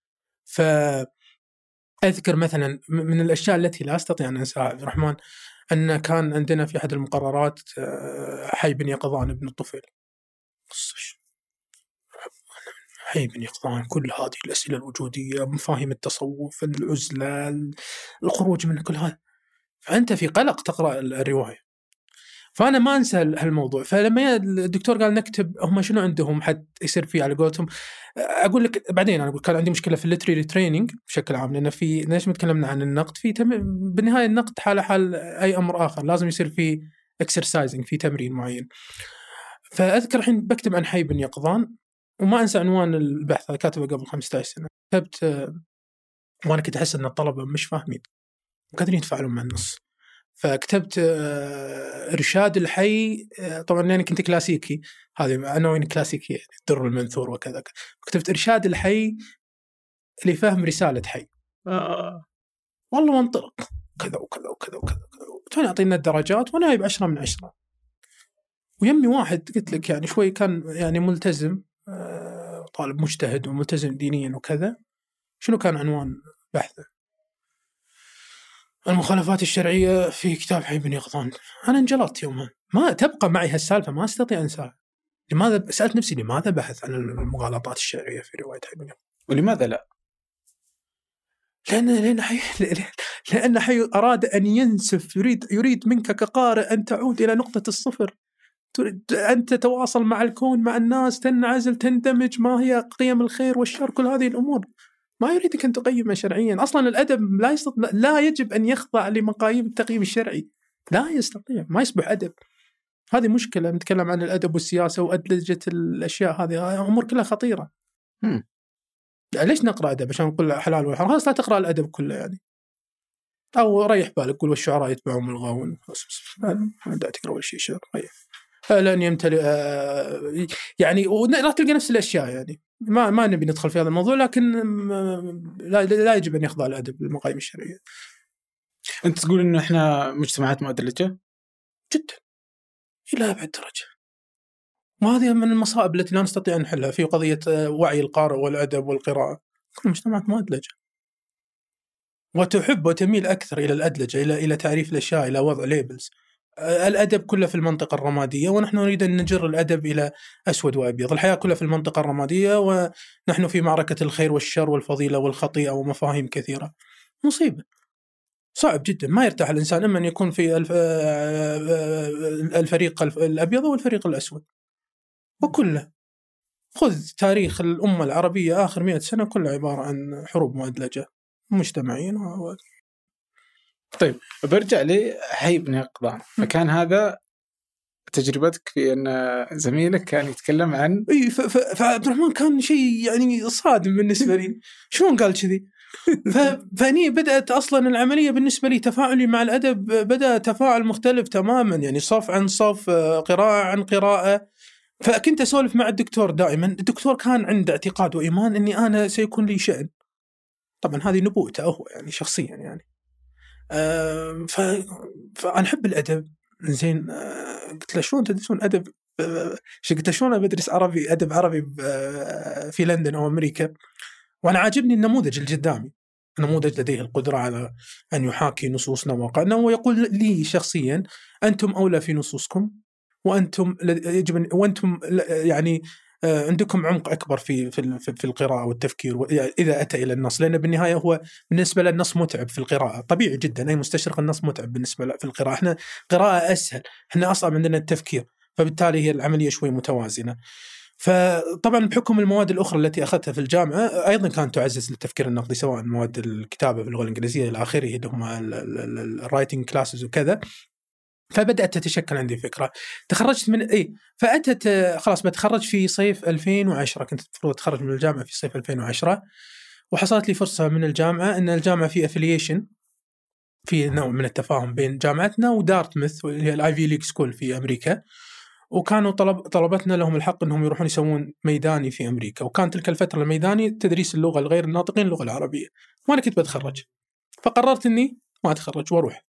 أذكر مثلا من الأشياء التي لا أستطيع أن أنساها عبد الرحمن، أن كان عندنا في أحد المقررات حي بن يقظان بن الطفيل. حي بن يقظان، كل هذه الأسئلة الوجودية، مفاهيم التصوف، العزلة، الخروج من كل هذا، فأنت في قلق تقرأ الرواية. فأنا ما أنسى هالموضوع. فلما الدكتور قال نكتب هم شنو عندهم حد يصير فيه على قولتهم، أقول لك بعدين. أنا أقول كان عندي مشكلة في الليتري تريننج بشكل عام، لأن في ليش متكلمنا عن النقد، في بالنهاية النقد حال أي أمر آخر لازم يصير فيه exercising، في تمرين معين. فأذكر الحين بكتب عن حي بن يقظان، وما أنسى عنوان البحث، كاتبه قبل 15 سنة. كتبت وأنا كنت أحس أن الطلبة مش فاهمين وقادرين يتفاعلون مع النص. فكتبت إرشاد الحي، طبعا أنا كنت كلاسيكي، هذه عناوين كلاسيكية، الدر المنثور وكذا. كتبت إرشاد الحي لفهم رسالة حي. والله وانطلق كذا وكذا وكذا وكذا، وكان يعطينا الدرجات وأنا جايب 10 من 10. ويمي واحد قلت لك يعني شوي كان يعني ملتزم، طالب مجتهد وملتزم دينيا وكذا. شنو كان عنوان بحثه؟ المخالفات الشرعية في كتاب حي بن يقظان. أنا انجلطت يومها، ما تبقى معي هالسالفة، ما أستطيع أنساها. لماذا؟ سألت نفسي لماذا بحث عن المغالطات الشرعية في رواية حي بن يقظان؟ ولماذا لا؟ لأن حي أراد أن ينسف، يريد منك كقارئ أن تعود إلى نقطة الصفر، تريد أن تتواصل مع الكون، مع الناس، تنعزل، تندمج، ما هي قيم الخير والشر، كل هذه الأمور. ما يريدك أن تقيمه شرعيا. أصلا الأدب لا يجب أن يخضع لمقاييس التقييم الشرعي، لا يستطيع، ما يصبح أدب. هذه مشكلة. نتكلم عن الأدب والسياسة وأدلجة الأشياء، هذه أمور كلها خطيرة. ليش نقرأ أدب؟ عشان نقول حلال وحرام؟ خلاص لا تقرأ الأدب كله يعني، أو ريح بالك، قول والشعراء يتبعهم الغاوون، لا تقرأ ولا شيء شعر لن يمتلئ يعني، ولا تلقى نفس الأشياء يعني. ما نبي ندخل في هذا الموضوع، لكن لا يجب أن يخضع الأدب للمقاييس الشرعية. أنت تقول إنه إحنا مجتمعات مؤدلجة جدا إلى أبعد درجة، وهذه من المصائب التي لا نستطيع أن نحلها في قضية وعي القارئ والأدب والقراءة. كل مجتمعات مؤدلجة، وتحب وتميل أكثر إلى الأدلجة، إلى تعريف الأشياء، إلى وضع ليبلز. الأدب كله في المنطقة الرمادية، ونحن نريد أن نجر الأدب إلى أسود وأبيض. الحياة كلها في المنطقة الرمادية، ونحن في معركة الخير والشر والفضيلة والخطيئة ومفاهيم كثيرة. مصيبة، صعب جدا. ما يرتاح الإنسان إما أن يكون في الفريق الأبيض والفريق الأسود. وكله خذ تاريخ الأمة العربية آخر 100 سنة كله عبارة عن حروب مؤدلجة مجتمعين. طيب برجع لي حي بن يقظان. فكان هذا تجربتك في أن زميلك كان يتكلم عن فعبد الرحمن كان شيء يعني صادم بالنسبة لي. شلون قال كذي؟ فاني بدأت أصلا العملية بالنسبة لي، تفاعلي مع الأدب بدأ تفاعل مختلف تماما، يعني صف عن صف، قراءة عن قراءة. فكنت أسولف مع الدكتور دائما. الدكتور كان عنده اعتقاد وإيمان أني أنا سيكون لي شأن. طبعا هذه نبوته هو يعني شخصيا يعني. فأنا أحب الأدب. زين قلت له شلون تدرسون أدب قلت شلون بدرس عربي أدب عربي في لندن أو أمريكا، وأنا عاجبني النموذج اللي قدامي، نموذج لديه القدرة على أن يحاكي نصوصنا وواقعنا، ويقول لي شخصيا أنتم أولى في نصوصكم، وأنتم يعني عندكم عمق أكبر في القراءة والتفكير إذا أتى إلى النص، لأن بالنهاية هو بالنسبة للنص متعب في القراءة، طبيعي جدا أي مستشرق النص متعب بالنسبة له في القراءة. إحنا قراءة أسهل، إحنا أصعب عندنا التفكير، فبالتالي هي العملية شوي متوازنة. فطبعا بحكم المواد الأخرى التي أخذتها في الجامعة أيضا كانت تعزز للتفكير النقدي، سواء مواد الكتابة باللغة الإنجليزية إلى آخره اللي هم الرايتنج كلاسز وكذا. فبدأت تتشكل عندي فكرة. تخرجت من فأتت خلاص بتخرج في صيف 2010، كنت المفروض أتخرج من الجامعة في صيف 2010، وحصلت لي فرصة من الجامعة أن الجامعة في أفلييشن، في نوع من التفاهم بين جامعتنا ودارتموث اللي هي الآيفي ليج سكول في أمريكا، وكانوا طلبتنا لهم الحق أنهم يروحون يسوون ميداني في أمريكا، وكانت تلك الفترة الميداني تدريس اللغة الغير الناطقين اللغة العربية، وأنا كنت بتخرج، فقررت أني ما أتخرج وأروح.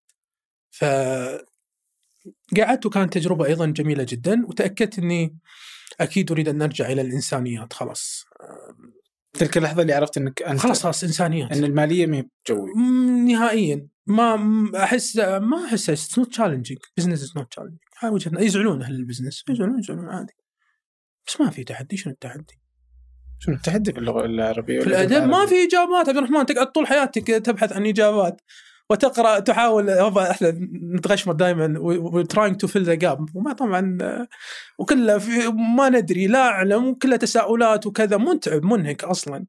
فقعدت وكانت تجربة أيضا جميلة جدا، وتأكدت أني أكيد أريد أن أرجع إلى الإنسانيات. خلاص تلك اللحظة اللي عرفت أنك أنت خلاص إنسانيات، أن المالية ما جوي نهائيا. ما أحس it's not challenging, business is not challenging. هاي وجهة يزعلون أهل البزنس، يزعلون عادي، بس ما في تحدي. شنو التحدي؟ شنو التحدي في اللغة العربية؟ في الأدب ما في إجابات عبد الرحمن، تقعد طول حياتك تبحث عن إجابات وتقرأ، تحاول. إحنا نتغشمر دائما trying to fill the gap، وما طبعا وكله ما ندري، لا أعلم، وكله تساؤلات وكذا، متعب منهك أصلا.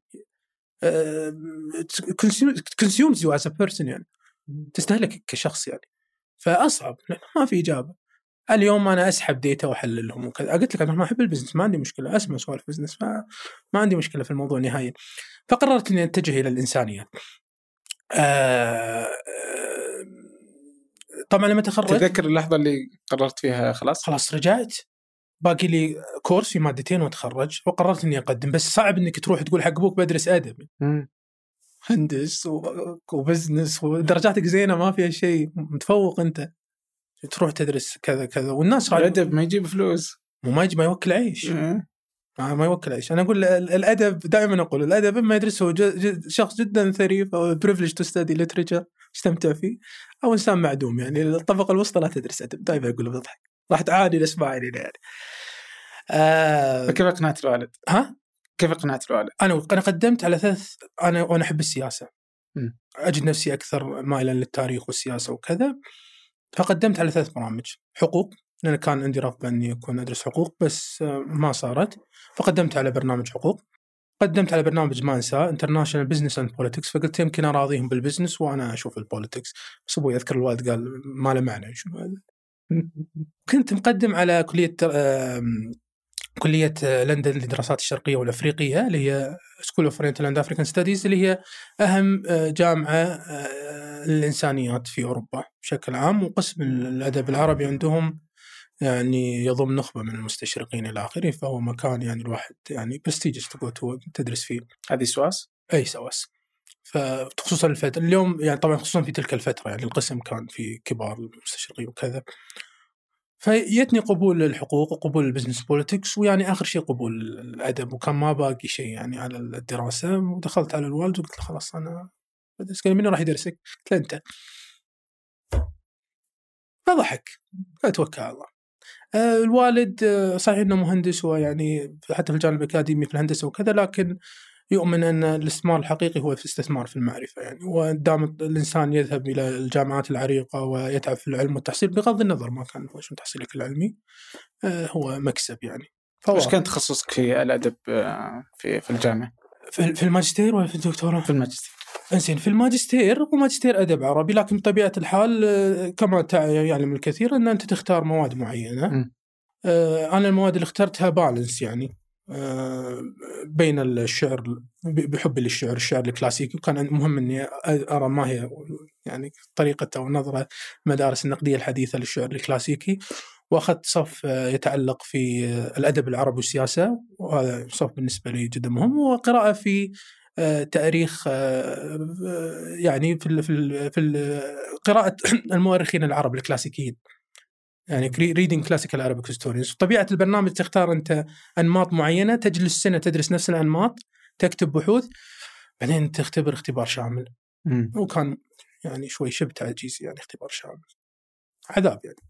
consumes you as a person، يعني تستهلك كشخص يعني، فأصعب لأنه ما في إجابة. اليوم أنا أسحب ديتا وأحللهم وكذا. قلت لك أنا ما أحب البزنس، ما عندي مشكلة أسمع سوالف بزنس، ما عندي مشكلة في الموضوع نهائيا. فقررت أني أتجه إلى الإنسانية. طبعا لما تخرجت تذكر اللحظة اللي قررت فيها خلاص رجعت، باقي لي كورس في مادتين وأتخرج، وقررت أني أقدم. بس صعب أنك تروح تقول حق أبوك بدرس أدب، هندس وبزنس ودرجاتك زينة ما فيها شيء، متفوق أنت، تروح تدرس كذا كذا، والناس الأدب ما يجيب فلوس وما يجي، ما يوكل عيش. ما يوكل عيش. أنا أقول الأدب، دائما أقول الأدب ما يدرسه شخص جدا ثري أو privileged to study literature استمتع فيه، أو إنسان معدوم. يعني الطبقة الوسطى لا تدرس أدب. دائما أقول بضحك، راح تعاني الأسماعيلي يعني. فكيف أقنعت الوالد؟ كيف أقنعت الوالد؟ أنا قدمت على 3. وأنا أحب السياسة، أجد نفسي أكثر مائلا للتاريخ والسياسة وكذا، فقدمت على 3 برامج. حقوق، لأن كان عندي رغبة أني أكون أدرس حقوق بس ما صارت، فقدمت على برنامج حقوق. قدمت على برنامج ما أنساه International Business and Politics، فقلت يمكن أراضيهم بالبزنس وأنا أشوف البوليتكس. بس أبوي أذكر الوالد قال ما له معنى شنو هذا. كنت مقدم على كلية لندن للدراسات الشرقية والأفريقية، اللي هي School of Oriental and African Studies، اللي هي أهم جامعة للإنسانيات في أوروبا بشكل عام، وقسم الأدب العربي عندهم يعني يضم نخبة من المستشرقين إلى آخره، فهو مكان يعني الواحد يعني prestigious تدرس فيه. هذه سواس؟ أي سواس. فخصوصا الفترة اليوم يعني، طبعا خصوصا في تلك الفترة يعني القسم كان في كبار المستشرقين وكذا. فيتني قبول الحقوق وقبول البزنس بوليتكس، ويعني آخر شيء قبول الأدب، وكان ما باقي شيء يعني على الدراسة. ودخلت على الوالد وقلت له خلاص أنا بدرس. قال منو راح يدرسك؟ قلت له أنت. فضحك، قال توكل على الله. الوالد صحيح أنه مهندس، ويعني حتى في الجانب الأكاديمي في الهندسة وكذا، لكن يؤمن أن الاستثمار الحقيقي هو في الاستثمار في المعرفة يعني. ودام الإنسان يذهب إلى الجامعات العريقة ويتعب في العلم والتحصيل، بغض النظر ما كان هو شو تحصيلك العلمي، هو مكسب يعني. وش كان تخصصك في الأدب في الجامعة؟ في الماجستير ولا في الدكتوراه؟ في الماجستير. إنزين، في الماجستير هو ماجستير أدب عربي، لكن بطبيعة الحال كما يعلم الكثير أن أنت تختار مواد معينة. أنا المواد اللي اخترتها بالانس يعني بين الشعر، بحبي للشعر، الشعر الكلاسيكي، وكان مهم أني أرى ما هي يعني طريقة أو نظرة مدارس النقدية الحديثة للشعر الكلاسيكي. وأخذت صف يتعلق في الأدب العربي والسياسة، وهذا صف بالنسبة لي جدا مهم. وقراءة في تاريخ يعني في قراءة المؤرخين العرب الكلاسيكيين، يعني reading classical Arabic historians. طبيعة البرنامج تختار أنت أنماط معينة، تجلس سنة تدرس نفس الأنماط، تكتب بحوث، بعدين تختبر اختبار شامل. وكان يعني شوي شبه تعجيزي، يعني اختبار شامل عذاب يعني.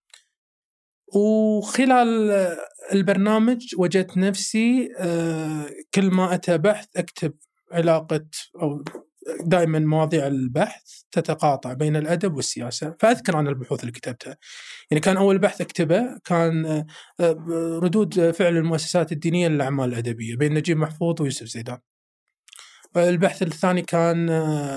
وخلال البرنامج وجدت نفسي كل ما أتى بحث أكتب علاقة، أو دائما مواضيع البحث تتقاطع بين الأدب والسياسة. فأذكر عن البحوث اللي كتبتها، يعني كان أول بحث أكتبه كان ردود فعل المؤسسات الدينية للأعمال الأدبية بين نجيب محفوظ ويوسف زيدان. البحث الثاني كان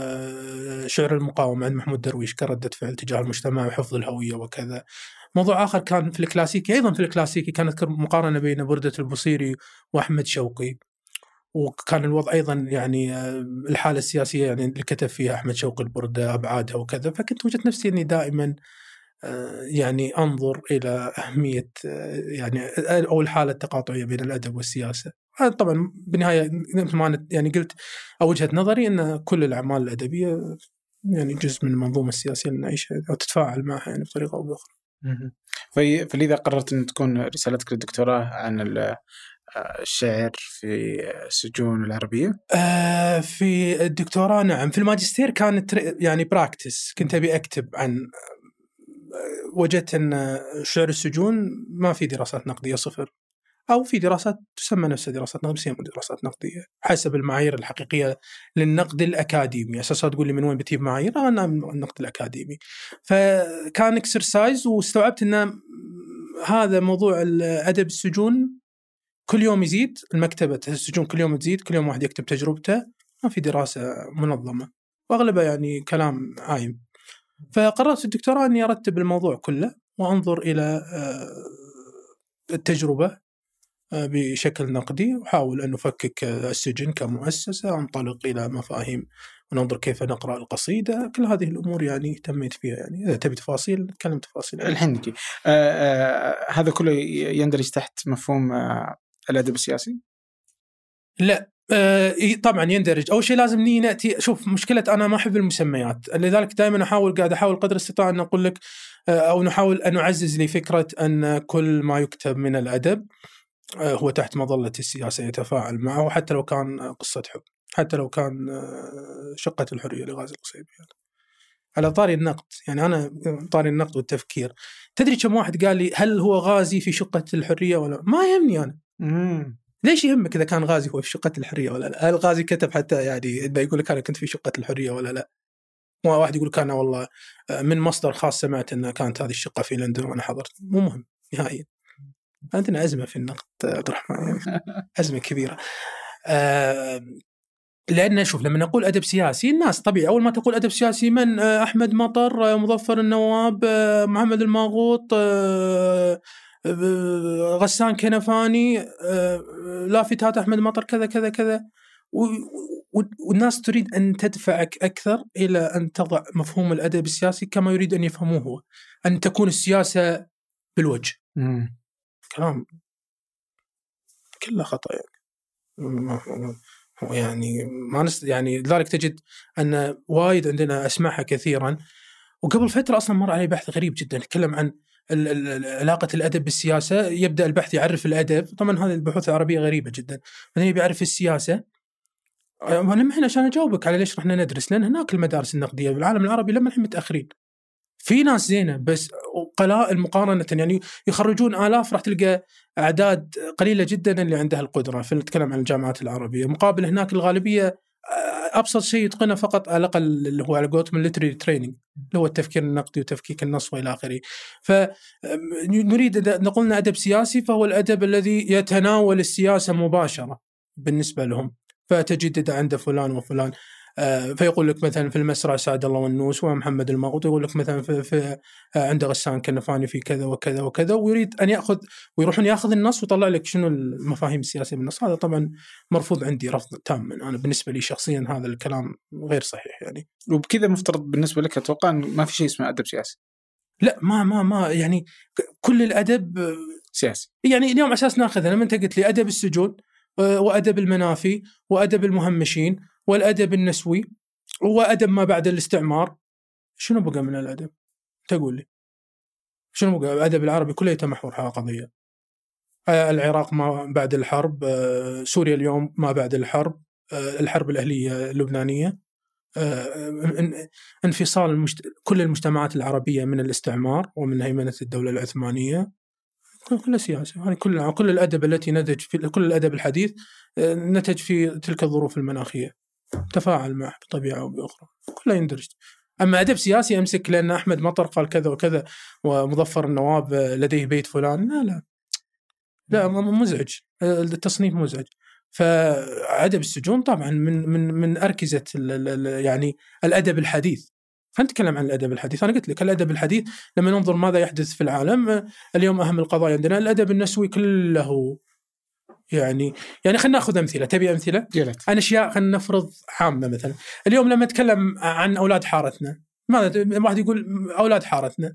شعر المقاومة عند محمود درويش كردة فعل تجاه المجتمع وحفظ الهوية وكذا. موضوع آخر كان في الكلاسيكي، أيضا في الكلاسيكي كانت مقارنة بين بردة البصيري وأحمد شوقي، وكان الوضع أيضا يعني الحالة السياسية يعني اللي كتب فيها أحمد شوقي البردة أبعادها وكذا. فكنت وجدت نفسي أني دائما يعني أنظر إلى أهمية يعني أو الحالة التقاطعية بين الأدب والسياسة. طبعا بالنهاية مثل ما يعني قلت أو وجهة نظري أن كل الأعمال الأدبية يعني جزء من المنظومة السياسية اللي نعيشها أو تتفاعل معها يعني بطريقة أو بأخرى. فلذا قررت أن تكون رسالتك للدكتوراه عن الشعر في السجون العربية؟ في الدكتوراه نعم. في الماجستير كانت يعني براكتس، كنت أبي أكتب عن، وجدت أن شعر السجون ما في دراسات نقدية صفر، أو في دراسات تسمى نفسها دراسات نقدية، بس هي دراسات نقدية حسب المعايير الحقيقية للنقد الأكاديمي. أساسا تقول لي من وين بتجيب معايير؟ أنا النقد الأكاديمي. فكان إكسرسايز، واستوعبت أن هذا موضوع الأدب السجون كل يوم يزيد، المكتبة السجون كل يوم تزيد، كل يوم واحد يكتب تجربته، ما في دراسة منظمة وأغلبها يعني كلام عايم. فقررت الدكتوراه أني أرتب الموضوع كله وأنظر إلى التجربة بشكل نقدي، وحاول أن نفكك السجن كمؤسسة، أنطلق إلى مفاهيم وننظر كيف نقرأ القصيدة. كل هذه الأمور يعني اهتميت فيها. يعني إذا تبي تفاصيل نتكلم تفاصيل الحين نجي. هذا كله يندرج تحت مفهوم الأدب السياسي؟ لا طبعا يندرج. أول شيء لازم نأتي، شوف مشكلة أنا ما أحب المسميات، لذلك دائما قاعد أحاول قدر الاستطاعة أن أقول لك أو نحاول أن نعزز لي فكرة أن كل ما يكتب من الأدب هو تحت مظلة السياسة يتفاعل معه، حتى لو كان قصة حب، حتى لو كان شقة الحرية لغازي القصيبي. على طاري النقد، يعني أنا طاري النقد والتفكير، تدري كم واحد قال لي هل هو غازي في شقة الحرية ولا ما يهمني أنا. ليش يهمك إذا كان غازي هو في شقة الحرية ولا لا؟ هل غازي كتب حتى يعني إذا يقول لك أنا كنت في شقة الحرية ولا لا؟ واحد يقول لك أنا والله من مصدر خاص سمعت أن كانت هذه الشقة في لندن وأنا حضرت. مو مهم نهائيا. عندنا أزمة في النقد عبد الرحمن، يعني أزمة كبيرة. لأن شوف لما نقول أدب سياسي الناس طبيعي أول ما تقول أدب سياسي من أحمد مطر، مظفر النواب، محمد الماغوط، غسان كنفاني، لافتات أحمد مطر كذا كذا كذا، والناس تريد أن تدفعك أكثر إلى أن تضع مفهوم الأدب السياسي كما يريد أن يفهموه هو، أن تكون السياسة بالوجه. كلام كله خطأ يعني ما يعني لذلك تجد أن وايد عندنا أسمعها كثيرا. وقبل فترة أصلا مر علي بحث غريب جدا يتكلم عن علاقة الأدب بالسياسة. يبدأ البحث يعرف الأدب، طبعا هذه البحوث العربية غريبة جدا، بعدين يعرف السياسة. ولما احنا عشان أجاوبك على ليش رحنا ندرس، لأن هناك المدارس النقدية بالعالم العربي لما احنا متأخرين، في ناس زينة بس قلائل مقارنة، يعني يخرجون آلاف راح تلقى أعداد قليلة جدا اللي عندها القدرة. في نتكلم عن الجامعات العربية، مقابل هناك الغالبية أبسط شيء يتقنه فقط على الأقل اللي هو على قولتهم literary training، اللي هو التفكير النقدي وتفكيك النص وإلى آخره. فنريد نقولنا أدب سياسي، فهو الأدب الذي يتناول السياسة مباشرة بالنسبة لهم. فتجد عند فلان وفلان فيقول لك مثلا في المسرح سعد الله والنوس ومحمد الماغوط، يقول لك مثلا في عند غسان كنفاني في كذا وكذا وكذا، ويريد أن يأخذ ويروحون يأخذ النص ويطلع لك شنو المفاهيم السياسية بالنص. هذا طبعا مرفوض عندي رفض تام. أنا بالنسبة لي شخصيا هذا الكلام غير صحيح يعني. وبكذا مفترض بالنسبة لك أتوقع أن ما في شيء اسمه أدب سياسي. لا ما يعني كل الأدب سياسي. يعني اليوم أساس ناخذ، لما أنت قلت لي أدب السجون وأدب المنافي وأدب المهمشين والأدب النسوي وأدب ما بعد الاستعمار، شنو بقى من الأدب؟ تقول لي شنو الأدب العربي كله يتمحور حول قضية. العراق ما بعد الحرب، سوريا اليوم ما بعد الحرب، الحرب الأهلية اللبنانية، انفصال كل المجتمعات العربية من الاستعمار ومن هيمنة الدولة العثمانية، كل سياسة. يعني كل الأدب التي نتج في كل الأدب الحديث نتج في تلك الظروف المناخية، تفاعل معه بطبيعة أو بأخرى، كله يندرج. أما أدب سياسي أمسك لأن أحمد مطر قال كذا وكذا ومظفر النواب لديه بيت فلان، لا مزعج، التصنيف مزعج. فأدب السجون طبعا من أركزة يعني الأدب الحديث. خلينا نتكلم عن الأدب الحديث. أنا قلت لك الأدب الحديث لما ننظر ماذا يحدث في العالم اليوم، أهم القضايا عندنا الأدب النسوي كله. يعني خلينا نأخذ أمثلة. تبي أمثلة؟ عن أشياء خلينا نفرض عامة. مثلا اليوم لما نتكلم عن أولاد حارتنا، ماذا واحد يقول أولاد حارتنا؟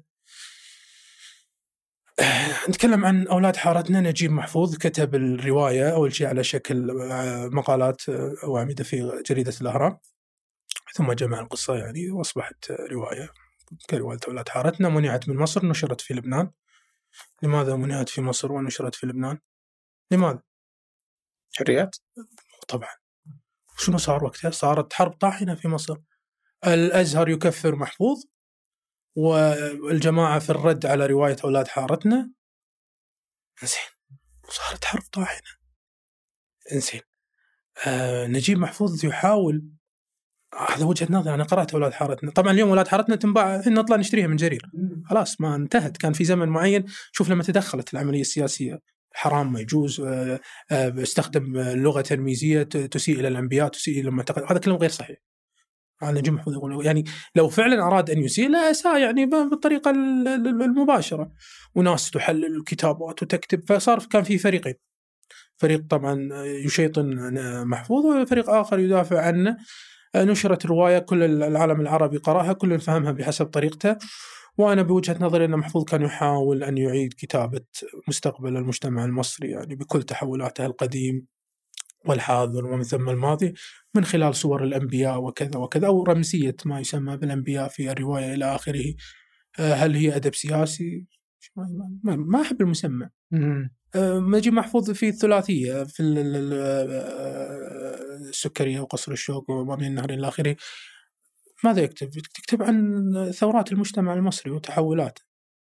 نتكلم عن أولاد حارتنا. نجيب محفوظ كتب الرواية أول شيء على شكل مقالات وعميدة في جريدة الأهرام، ثم جمع القصة يعني وأصبحت رواية كرواية أولاد حارتنا. منعت من مصر، نشرت في لبنان. لماذا منعت في مصر ونشرت في لبنان؟ لماذا؟ حريات طبعا. شنو صار وقتها؟ صارت حرب طاحنة في مصر. الأزهر يكفر محفوظ، والجماعة في الرد على رواية أولاد حارتنا. إنزين، صارت حرب طاحنة. إنزين، نجيب محفوظ يحاول. هذا وجهة نظر. أنا قرأت أولاد حارتنا. طبعا اليوم أولاد حارتنا تنباع، إحنا نطلع نشتريها من جرير. خلاص ما انتهت. كان في زمن معين. شوف لما تدخلت العملية السياسية، حرام ما يجوز، استخدم لغة ترميزية تسيء إلى الأنبياء، تسيء إلى المعتقد. هذا كلام غير صحيح. نجيب محفوظ يقول يعني لو فعلا أراد أن يسيء لا أساء يعني بالطريقة المباشرة. وناس تحلل الكتابات وتكتب. فصار كان في فريقين، فريق طبعا يشيطن محفوظ وفريق آخر يدافع عنه. نشرت رواية كل العالم العربي قرأها، كل فهمها بحسب طريقته. وأنا بوجهة نظري أن محفوظ كان يحاول أن يعيد كتابة مستقبل المجتمع المصري يعني بكل تحولاته القديم والحاضر ومن ثم الماضي، من خلال صور الأنبياء وكذا وكذا، أو رمزية ما يسمى بالأنبياء في الرواية إلى آخره. هل هي أدب سياسي؟ ما أحب المسمى. نجيب محفوظ في الثلاثية، في السكرية وقصر الشوق وما بين النهرين إلى آخره. ماذا يكتب؟ تكتب عن ثورات المجتمع المصري وتحولاته.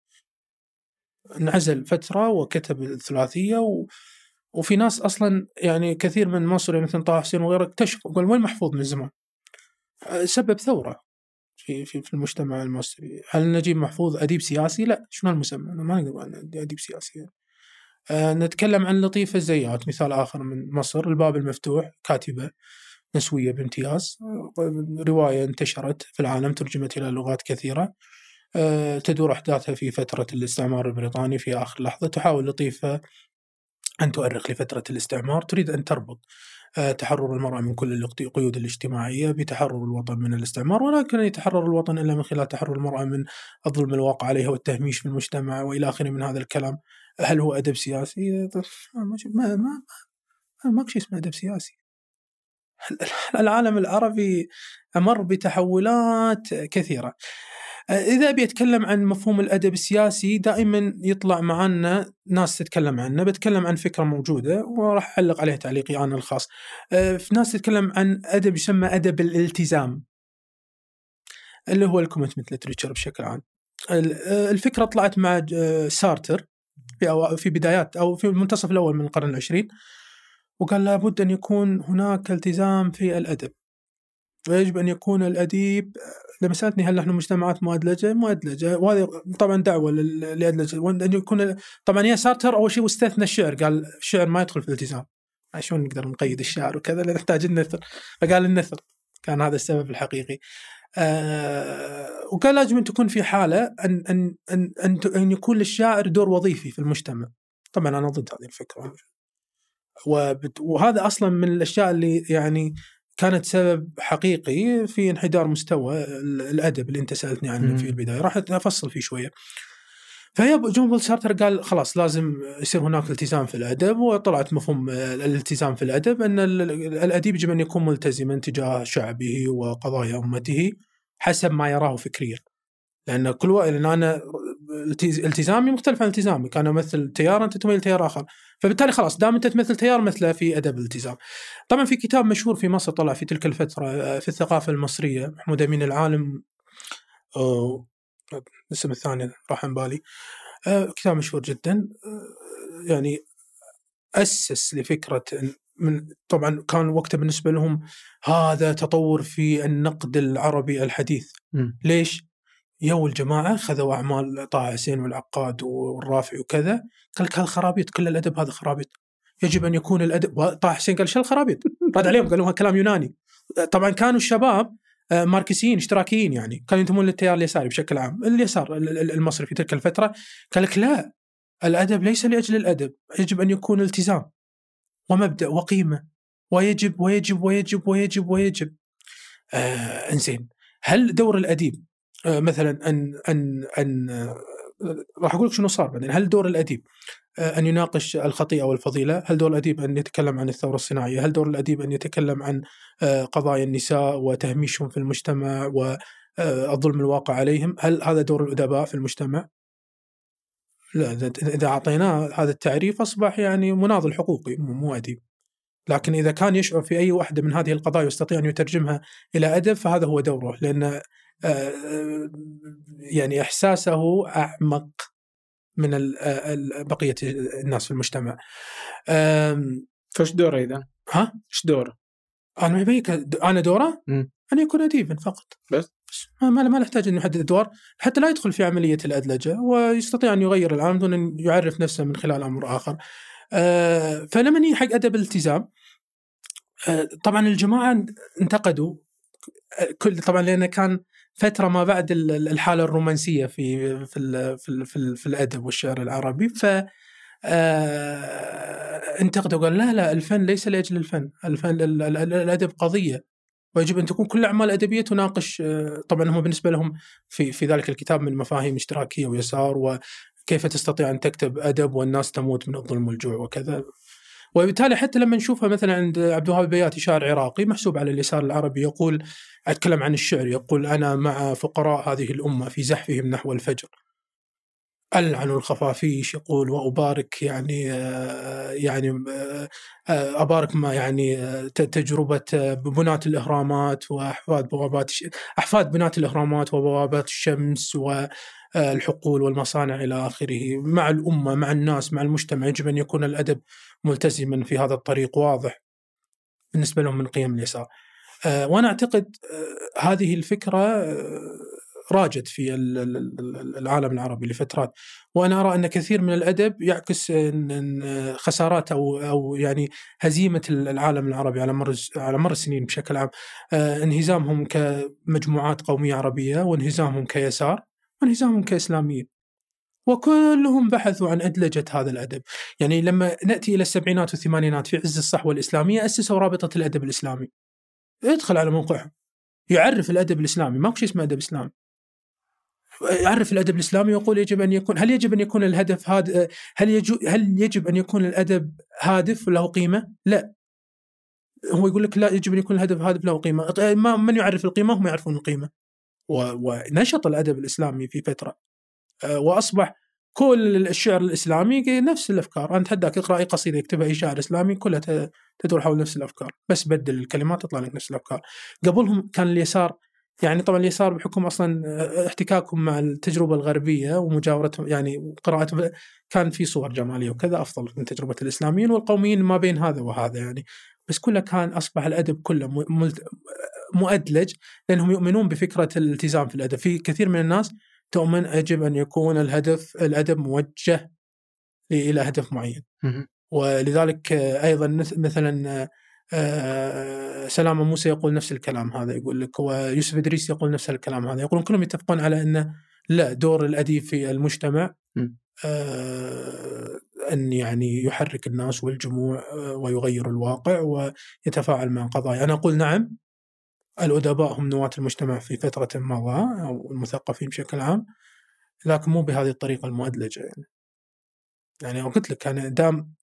انعزل فترة وكتب الثلاثية وفي ناس أصلا يعني كثير من مصر مثل طه حسين وغيره اكتشفوا قال وين محفوظ من زمان. سبب ثورة في المجتمع المصري. هل نجيب محفوظ أديب سياسي؟ لا. شنو المسمى؟ أنا ما نقدر أديب سياسي. نتكلم عن لطيفة الزيات، مثال آخر من مصر، الباب المفتوح، كاتبة نسوية بامتياز، رواية انتشرت في العالم، ترجمت إلى لغات كثيرة، تدور أحداثها في فترة الاستعمار البريطاني. في آخر لحظة تحاول لطيفة أن تؤرخ لفترة الاستعمار، تريد أن تربط تحرر المرأة من كل القيود الاجتماعية بتحرر الوطن من الاستعمار، ولكن يتحرر الوطن إلا من خلال تحرر المرأة من الظلم الواقع عليها والتهميش في المجتمع وإلى آخره من هذا الكلام. هل هو أدب سياسي؟ ما شيء اسمه أدب سياسي. العالم العربي أمر بتحولات كثيرة. إذا بيتكلم عن مفهوم الأدب السياسي دائما يطلع معنا ناس تتكلم عنه. بتكلم عن فكرة موجودة وراح أعلق عليها تعليقي أنا الخاص. في ناس تتكلم عن أدب يسمى أدب الالتزام، اللي هو الكومنتمنت ليتريتشر بشكل عام. الفكرة طلعت مع سارتر في بدايات أو في المنتصف الأول من القرن العشرين، وقال لابد أن يكون هناك التزام في الأدب، ويجب أن يكون الأديب. لما سألتني هل نحن مجتمعات مؤدلجة، وهذه طبعا دعوة لأدلجة، وأن يكون طبعا هي سارتر أول شيء واستثنى الشعر، قال الشعر ما يدخل في الالتزام. شلون نقدر نقيد الشعر وكذا؟ نحتاج النثر، فقال النثر كان هذا السبب الحقيقي. وقال لازم أن تكون في حالة أن يكون للشاعر دور وظيفي في المجتمع. طبعا أنا ضد هذه الفكرة، وهذا أصلا من الأشياء اللي يعني كانت سبب حقيقي في انحدار مستوى الأدب اللي أنت سألتني عنه في البداية. راح أفصل فيه شوية. فهي جون بول سارتر قال خلاص لازم يصير هناك التزام في الأدب، وطلعت مفهوم الالتزام في الأدب أن الأديب يجب أن يكون ملتزما تجاه شعبه وقضايا أمته حسب ما يراه فكريا. لأن كل وقت أنا التزامي مختلف عن التزامك، أنا أمثل تيار أنت تمثل تيار آخر، فبالتالي خلاص دام أنت تمثل تيار مثله في أدب الالتزام. طبعا في كتاب مشهور في مصر طلع في تلك الفترة في الثقافة المصرية، محمود أمين العالم، الاسم الثاني راح عن بالي، كتاب مشهور جدا، يعني أسس لفكرة من طبعا كان وقته بالنسبة لهم هذا تطور في النقد العربي الحديث. ليش؟ يو الجماعة خذوا أعمال طه حسين والعقاد والرافعي وكذا، قال لك هذا خرابيط، كل الأدب هذا خرابيط، يجب أن يكون الأدب. طه حسين قال شو الخرابيط؟ رد عليهم قالوا هذا كلام يوناني. طبعا كانوا الشباب ماركسيين اشتراكيين، يعني كانوا ينتمون للتيار اليساري بشكل عام، اليسار المصري في تلك الفترة. قال لك لا، الأدب ليس لأجل الأدب، يجب أن يكون التزام ومبدأ وقيمة، ويجب ويجب ويجب ويجب ويجب. إنزين، هل دور الأديب مثلا أن راح أقول لك شنو صار بعدين. هل دور الأديب أن يناقش الخطيئة والفضيلة؟ هل دور الأديب أن يتكلم عن الثورة الصناعية؟ هل دور الأديب أن يتكلم عن قضايا النساء وتهميشهم في المجتمع والظلم الواقع عليهم؟ هل هذا دور الأدباء في المجتمع؟ لا، إذا أعطيناه هذا التعريف أصبح يعني مناضل حقوقي مو أديب. لكن إذا كان يشعر في أي واحدة من هذه القضايا ويستطيع أن يترجمها إلى أدب فهذا هو دوره، لأن يعني إحساسه أعمق من بقية الناس في المجتمع. فش دوره إذا؟ ها؟ إيش دوره؟ أنا بيك أنا دوره أن يكون أديبا فقط، بس ما نحتاج أن يحدد الدور حتى لا يدخل في عملية الأدلجة، ويستطيع أن يغير العالم دون أن يعرف نفسه من خلال أمر آخر. فلما نيجي حق أدب الالتزام، طبعا الجماعة انتقدوا طبعا لأن كان فترة ما بعد الحالة الرومانسية في الأدب والشعر العربي، ف انتقدوا قال لا الفن ليس لأجل الفن، الأدب قضية، ويجب أن تكون كل أعمال أدبية تناقش. طبعا هم بالنسبة لهم في ذلك الكتاب من مفاهيم اشتراكية ويسار، وكيف تستطيع أن تكتب أدب والناس تموت من الظلم والجوع وكذا. وبالتالي حتى لما نشوفها مثلا عند عبد الوهاب البياتي، شاعر عراقي محسوب على اليسار العربي، يقول أتكلم عن الشعر، يقول أنا مع فقراء هذه الأمة في زحفهم نحو الفجر، ألعن الخفافيش، يقول وأبارك يعني أبارك ما يعني تجربة بنات الإهرامات أحفاد بنات الإهرامات وبوابات الشمس والحقول والمصانع إلى آخره. مع الأمة، مع الناس، مع المجتمع، يجب أن يكون الأدب ملتزما في هذا الطريق، واضح بالنسبة لهم من قيم اليسار. وأنا أعتقد هذه الفكرة راجت في العالم العربي لفترات، وأنا أرى أن كثير من الأدب يعكس خسارات أو يعني هزيمة العالم العربي على مر السنين بشكل عام، انهزامهم كمجموعات قومية عربية، وانهزامهم كيسار، وانهزامهم كإسلاميين، وكلهم بحثوا عن أدلجة هذا الأدب. يعني لما نأتي إلى السبعينات والثمانينات في عز الصحوة الإسلامية، أسسوا رابطة الأدب الإسلامي. ادخل على موقعهم يعرف الأدب الإسلامي، ما شيء اسمه أدب إسلامي، يعرف الأدب الإسلامي ويقول يجب أن يكون، هل يجب أن يكون الهدف هل يجب أن يكون الأدب هادف له قيمة؟ لا، هو يقول لك لا، يجب أن يكون الهدف هادف له قيمة. من يعرف القيمة؟ هم يعرفون القيمة. ونشط الأدب الإسلامي في فترة، وأصبح كل الشعر الإسلامي نفس الأفكار. أنت حدك اقرأ أي قصيدة يكتبها أي شاعر إسلامي كلها تدور حول نفس الأفكار، بس بدل الكلمات تطلع لك نفس الأفكار. قبلهم كان اليسار، يعني طبعا اليسار بحكم أصلا احتكاكهم مع التجربة الغربية ومجاورتهم، يعني قراءتهم كان في صور جمالية وكذا أفضل من تجربة الإسلاميين والقوميين ما بين هذا وهذا يعني. بس كله كان أصبح الأدب كله مؤدلج، لأنهم يؤمنون بفكرة الالتزام في الأدب. في كثير من الناس تؤمن يجب أن يكون الأدب موجه إلى هدف معين. ولذلك أيضا مثلا سلامة موسى يقول نفس الكلام هذا، يقول لك، ويوسف إدريس يقول نفس الكلام هذا، يقولون كلهم يتفقون على أن لا، دور الأديب في المجتمع أن يعني يحرك الناس والجموع ويغير الواقع ويتفاعل مع قضايا. أنا أقول نعم، الأدباء هم نواة المجتمع في فترة مضى، أو المثقفين بشكل عام، لكن مو بهذه الطريقة المؤدلجة يعني قلت لك أنا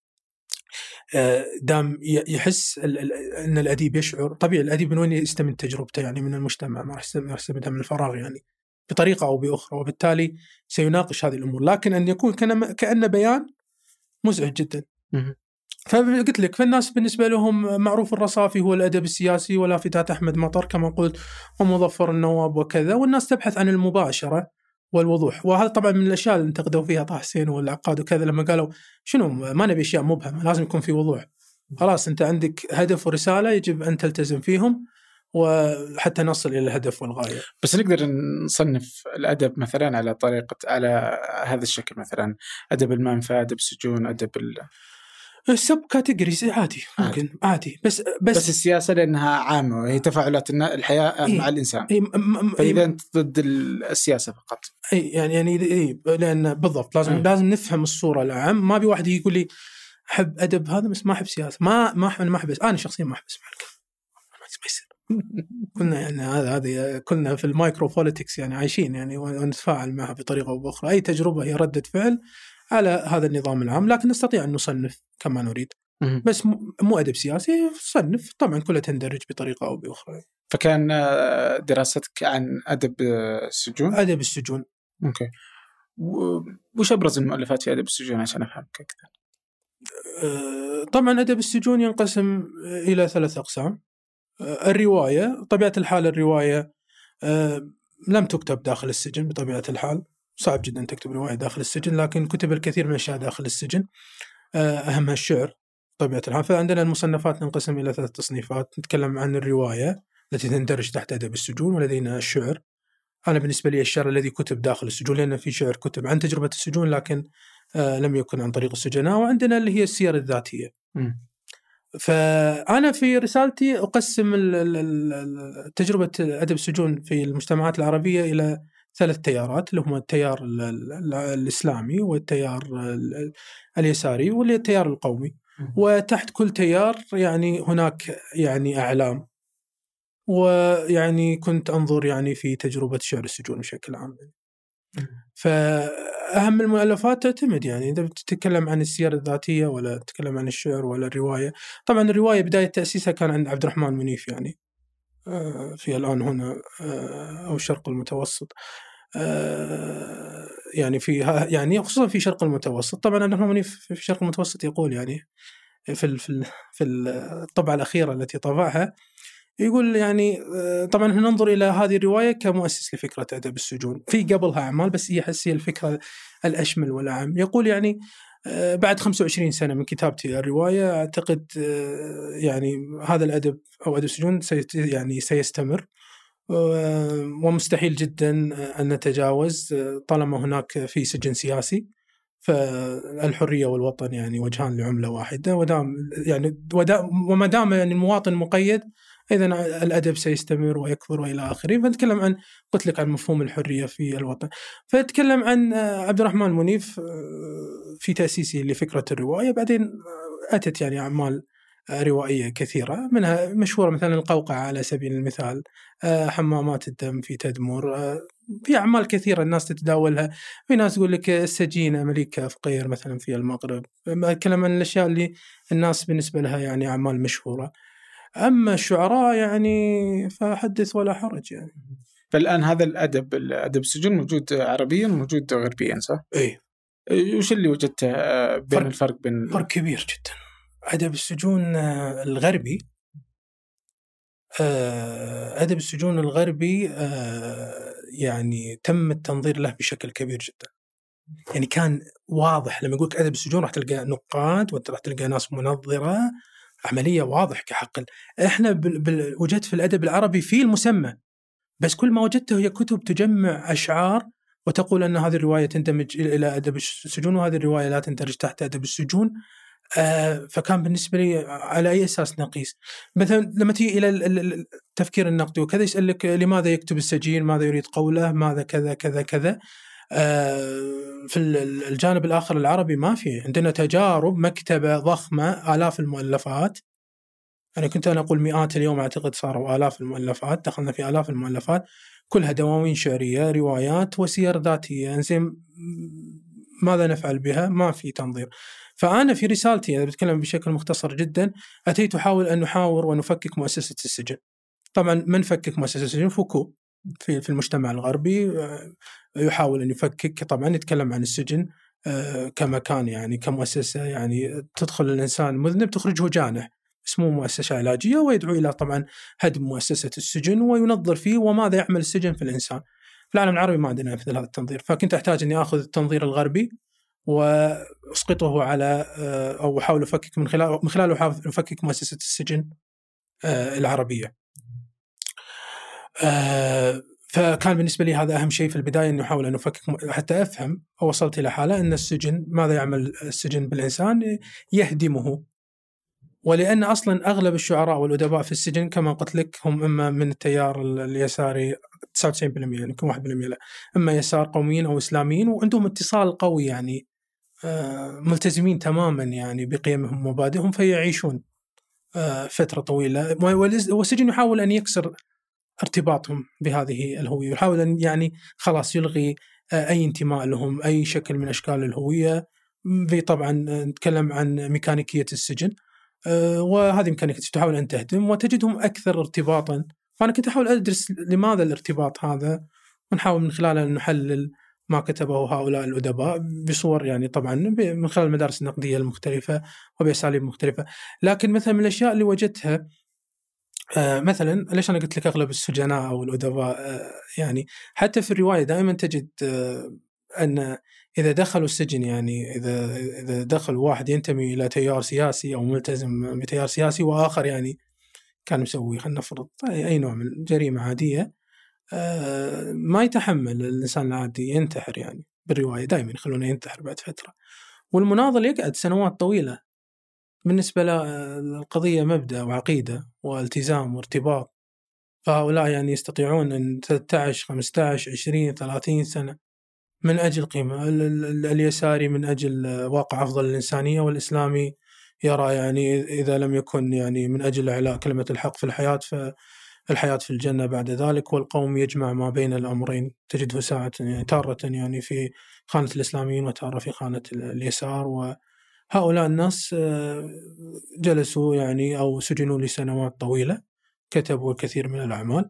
دام يحس أن الأديب يشعر طبيعي. الأديب من وين يستمد تجربته؟ يعني من المجتمع، ما راح يستمدها من الفراغ يعني. بطريقة أو بأخرى، وبالتالي سيناقش هذه الأمور، لكن أن يكون كأنه بيان مزعج جدا. فقلت لك، فالناس بالنسبة لهم معروف الرصافي هو الأدب السياسي، ولافتات أحمد مطر كما قلت، ومظفر النواب وكذا، والناس تبحث عن المباشرة والوضوح. وهذا طبعا من الأشياء اللي انتقدوا فيها طه حسين والعقاد وكذا، لما قالوا شنو ما نبي أشياء مبهمة، لازم يكون في وضوح. خلاص أنت عندك هدف ورسالة يجب أن تلتزم فيهم وحتى نصل إلى الهدف والغاية. بس نقدر نصنف الأدب مثلا على هذا الشكل، مثلا أدب المنفى، أدب السجون، أدب السب كاتيجوريز عادي، ممكن عادي. بس السياسة لأنها عامة وهي تفاعلات الحياة مع الإنسان. فإذا أنت ضد السياسة فقط. يعني لأن بالضبط لازم نفهم الصورة العام. ما بي واحد يقول لي أحب أدب هذا بس ما أحب سياسة. ما أحب. أنا شخصيا ما أحب أسمع الكلام. ما يصير. كنا يعني هذه كنا في المايكرو بوليتكس يعني عايشين يعني ونتفاعل معها بطريقة أو بأخرى. أي تجربة هي ردة فعل على هذا النظام العام، لكن نستطيع أن نصنف كما نريد. بس مو أدب سياسي صنف طبعا كلها تندرج بطريقة أو بأخرى. فكان دراستك عن أدب السجون؟ أدب السجون. أوكي. وش أبرز المؤلفات في أدب السجون عشان أفهمك أكثر؟ طبعا أدب السجون ينقسم إلى 3 أقسام. الرواية، طبيعة الحال الرواية لم تكتب داخل السجن بطبيعة الحال، صعب جدا تكتب رواية داخل السجن، لكن كتب الكثير من الأشياء داخل السجن، أهمها الشعر طبيعة الحال. فعندنا المصنفات ننقسم إلى 3 تصنيفات. نتكلم عن الرواية التي تندرج تحت أدب السجون، ولدينا الشعر. أنا بالنسبة لي الشعر الذي كتب داخل السجون، لأن في شعر كتب عن تجربة السجون لكن لم يكن عن طريق السجناء. وعندنا اللي هي السير الذاتية. فأنا في رسالتي أقسم تجربة أدب السجون في المجتمعات العربية إلى 3 تيارات، اللي هم التيار الإسلامي والتيار اليساري والتيار القومي. وتحت كل تيار يعني هناك يعني أعلام. ويعني كنت أنظر يعني في تجربة شعر السجون بشكل عام. فأهم المؤلفات تعتمد يعني إذا بتتكلم عن السير الذاتية ولا تتكلم عن الشعر ولا الرواية. طبعا الرواية بداية تأسيسها كان عند عبد الرحمن منيف يعني في الآن هنا أو الشرق المتوسط، يعني يعني خصوصا في شرق المتوسط. طبعا عبد الرحمن منيف في الشرق المتوسط يقول يعني في الطبعة الأخيرة التي طبعها يقول يعني طبعا ننظر إلى هذه الرواية كمؤسس لفكرة أدب السجون. في قبلها أعمال بس هي حسي الفكرة الأشمل والأعم. يقول يعني بعد 25 سنة من كتابتي الرواية أعتقد يعني هذا الأدب أو أدب السجون يعني سيستمر، ومستحيل جدا أن نتجاوز طالما هناك في سجن سياسي. فالحرية والوطن يعني وجهان لعملة واحدة، وما دام يعني المواطن مقيد إذن الأدب سيستمر ويكبر وإلى آخره. فنتكلم عن قلت لك عن مفهوم الحرية في الوطن. فنتكلم عن عبد الرحمن منيف في تأسيسه لفكرة الرواية. بعدين أتت يعني أعمال روائية كثيرة، منها مشهورة مثلا القوقعة على سبيل المثال، حمامات الدم في تدمر، في أعمال كثيرة الناس تتداولها. في ناس تقول لك السجينة ملكة فقير مثلا في المغرب. أتكلم عن الأشياء اللي الناس بالنسبة لها يعني أعمال مشهورة. أما الشعراء يعني فحدث ولا حرج يعني. فالآن هذا الأدب السجون موجود عربيا وموجود غربيا صح؟ إيه. وش اللي وجدته بين الفرق بين؟ فرق كبير جدا. أدب السجون الغربي أدب السجون الغربي يعني تم التنظير له بشكل كبير جدا. يعني كان واضح لما يقولك أدب السجون راح تلقى نقاد وراح تلقى ناس منظرة، عملية واضح كحقل. إحنا وجدت في الأدب العربي في المسمى، بس كل ما وجدته هي كتب تجمع أشعار وتقول أن هذه الرواية تندمج إلى أدب السجون وهذه الرواية لا تندرج تحت أدب السجون. فكان بالنسبة لي على أي أساس نقيس؟ مثلا لما تيجي إلى التفكير النقدي وكذا يسألك لماذا يكتب السجين، ماذا يريد قوله، ماذا كذا كذا كذا. في الجانب الآخر العربي ما في عندنا تجارب، مكتبة ضخمة، آلاف المؤلفات. أنا كنت أنا أقول مئات، اليوم أعتقد صاروا آلاف المؤلفات، دخلنا في آلاف المؤلفات كلها دواوين شعرية، روايات وسير ذاتية. إنزين ماذا نفعل بها؟ ما في تنظير. فأنا في رسالتي أنا بتكلم بشكل مختصر جدا، أتيت أحاول أن نحاور ونفكك مؤسسة السجن. طبعا من فكك مؤسسة السجن؟ فوكو في المجتمع الغربي يحاول أن يفكك. طبعا يتكلم عن السجن كمكان يعني كمؤسسة، يعني تدخل الإنسان المذنب تخرجه جانح، اسمه مؤسسة علاجية، ويدعو إلى طبعا هدم مؤسسة السجن وينظر فيه وماذا يعمل السجن في الإنسان. في العالم العربي ما عندنا مثل هذا التنظير، فكنت أحتاج أني أخذ التنظير الغربي وأسقطه على أو أحاول أفكك من خلاله أحاول أفكك مؤسسة السجن العربية. فكان بالنسبة لي هذا أهم شيء في البداية، أنه أحاول أن أفكك حتى أفهم. وصلت إلى حالة أن السجن ماذا يعمل السجن بالإنسان؟ يهدمه. ولأن أصلا أغلب الشعراء والأدباء في السجن كما قلت لك هم إما من التيار اليساري 99%، يعني كم 1% لا، إما يسار قوميين أو إسلاميين، وعندهم اتصال قوي يعني ملتزمين تماما يعني بقيمهم ومبادئهم، فيعيشون فترة طويلة. والسجن يحاول أن يكسر ارتباطهم بهذه الهوية، يحاول أن يعني خلاص يلغي أي انتماء لهم، أي شكل من أشكال الهوية. طبعا نتكلم عن ميكانيكية السجن، وهذه ميكانيكية تحاول أن تهدم وتجدهم أكثر ارتباطا. فأنا كنت أحاول أدرس لماذا الارتباط هذا، ونحاول من خلاله أن نحلل ما كتبه هؤلاء الأدباء بصور يعني طبعا من خلال المدارس النقدية المختلفة وبأساليب مختلفة. لكن مثلا من الأشياء اللي وجدتها مثلا، ليش أنا قلت لك أغلب السجناء أو الأدباء يعني حتى في الرواية دائما تجد أن إذا دخلوا السجن، يعني إذا دخل واحد ينتمي إلى تيار سياسي أو ملتزم بتيار سياسي، وآخر يعني كان مسوي خلينا نفرض أي نوع من جريمة عادية، ما يتحمل الإنسان العادي ينتحر. يعني بالرواية دائما يخلونه ينتحر بعد فترة، والمناضل يقعد سنوات طويلة. بالنسبة للقضية مبدأ وعقيدة والتزام وارتباط، فهؤلاء يعني يستطيعون أن 13 15 20 30 سنة من أجل قيمة. اليساري من أجل واقع أفضل الإنسانية، والإسلامي يرى يعني إذا لم يكن يعني من أجل إعلاء كلمة الحق في الحياة فالحياة في الجنة بعد ذلك. والقوم يجمع ما بين الأمرين، تجده ساعة يعني تارة يعني في خانة الإسلاميين وتارة في خانة اليسار. وهؤلاء الناس جلسوا يعني أو سجنوا لسنوات طويلة، كتبوا الكثير من الأعمال،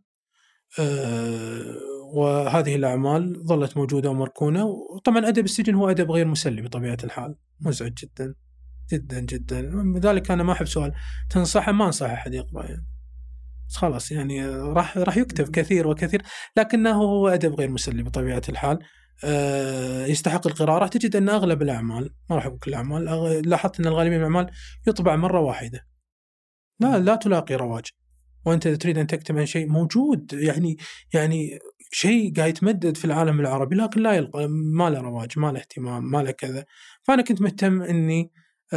وهذه الأعمال ظلت موجودة ومركونة. وطبعا أدب السجن هو أدب غير مسلي بطبيعة الحال، مزعج جدا جدا جدا. لذلك أنا ما أحب سؤال تنصحه، ما أنصح أحد يقرأ يعني، خلاص يعني راح يكتب كثير وكثير، لكنه هو أدب غير مسلي بطبيعة الحال، يستحق القراءة. تجد أن أغلب الأعمال، ما راح أقول كل الأعمال، لاحظت أن الغالبية من الأعمال يطبع مرة واحدة، لا تلاقي رواج. وأنت تريد أن تكتب عن شيء موجود يعني شيء قاعد يتمدد في العالم العربي، لكن لا يلقى، ما له رواج، ما له اهتمام، ما له كذا. فأنا كنت مهتم إني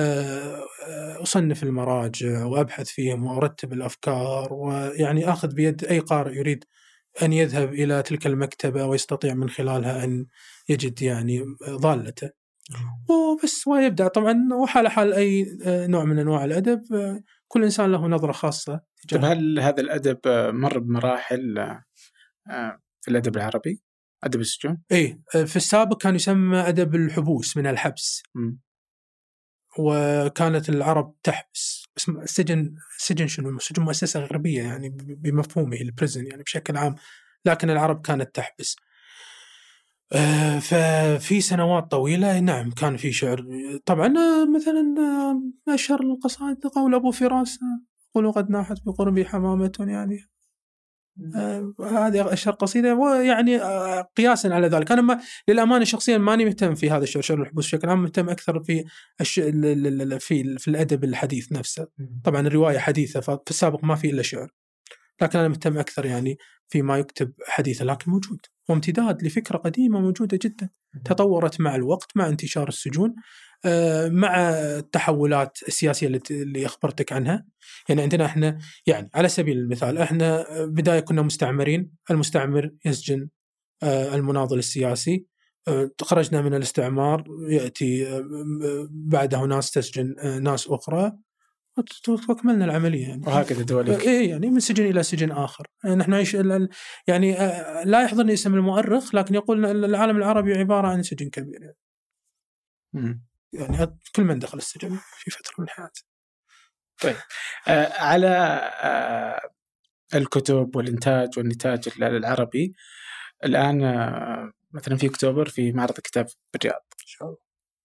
أصنف المراجع وأبحث فيهم وأرتب الأفكار، ويعني أخذ بيد أي قارئ يريد أن يذهب إلى تلك المكتبة ويستطيع من خلالها أن يجد يعني ضالته وبس ويبدأ. طبعا وحال حال أي نوع من أنواع الأدب، كل إنسان له نظرة خاصة. طب هل هذا الأدب مر بمراحل في الأدب العربي، أدب السجون؟ إيه، في السابق كان يسمى أدب الحبوس من الحبس. وكانت العرب تحبس. السجن شنو؟ السجن مؤسسة غربية يعني بمفهومه البريزن يعني بشكل عام، لكن العرب كانت تحبس. ففي سنوات طويلة نعم كان في شعر. طبعا مثلا أشهر القصائد قول أبو فراس، قولوا قد ناحت بقربي حمامة، يعني هذه أشهر قصيدة. ويعني قياسا على ذلك أنا للأمانة شخصيا ماني مهتم في هذا الشعر، شعر الحبوس بشكل عام، مهتم أكثر في في الأدب الحديث نفسه. طبعا الرواية حديثة، ففي السابق ما في إلا شعر، لكن أنا مهتم أكثر يعني فيما يكتب حديثا لكن موجود، وامتداد لفكرة قديمة موجودة جدا، تطورت مع الوقت، مع انتشار السجون، مع التحولات السياسية اللي أخبرتك عنها. يعني عندنا إحنا يعني على سبيل المثال، إحنا بداية كنا مستعمرين، المستعمر يسجن المناضل السياسي، خرجنا من الاستعمار، يأتي بعده ناس تسجن ناس أخرى، وكملنا العملية يعني. وهكذا دولك. إيه يعني من سجن إلى سجن آخر. نحن نعيش يعني لا يحضرني اسم المؤرخ، لكن يقول العالم العربي عبارة عن سجن كبير يعني. يعني كل من دخل السجن في فترة من حياته. طيب على الكتب والإنتاج والنتاج العربي الآن مثلا في أكتوبر في معرض الكتاب بالرياض إن شاء الله.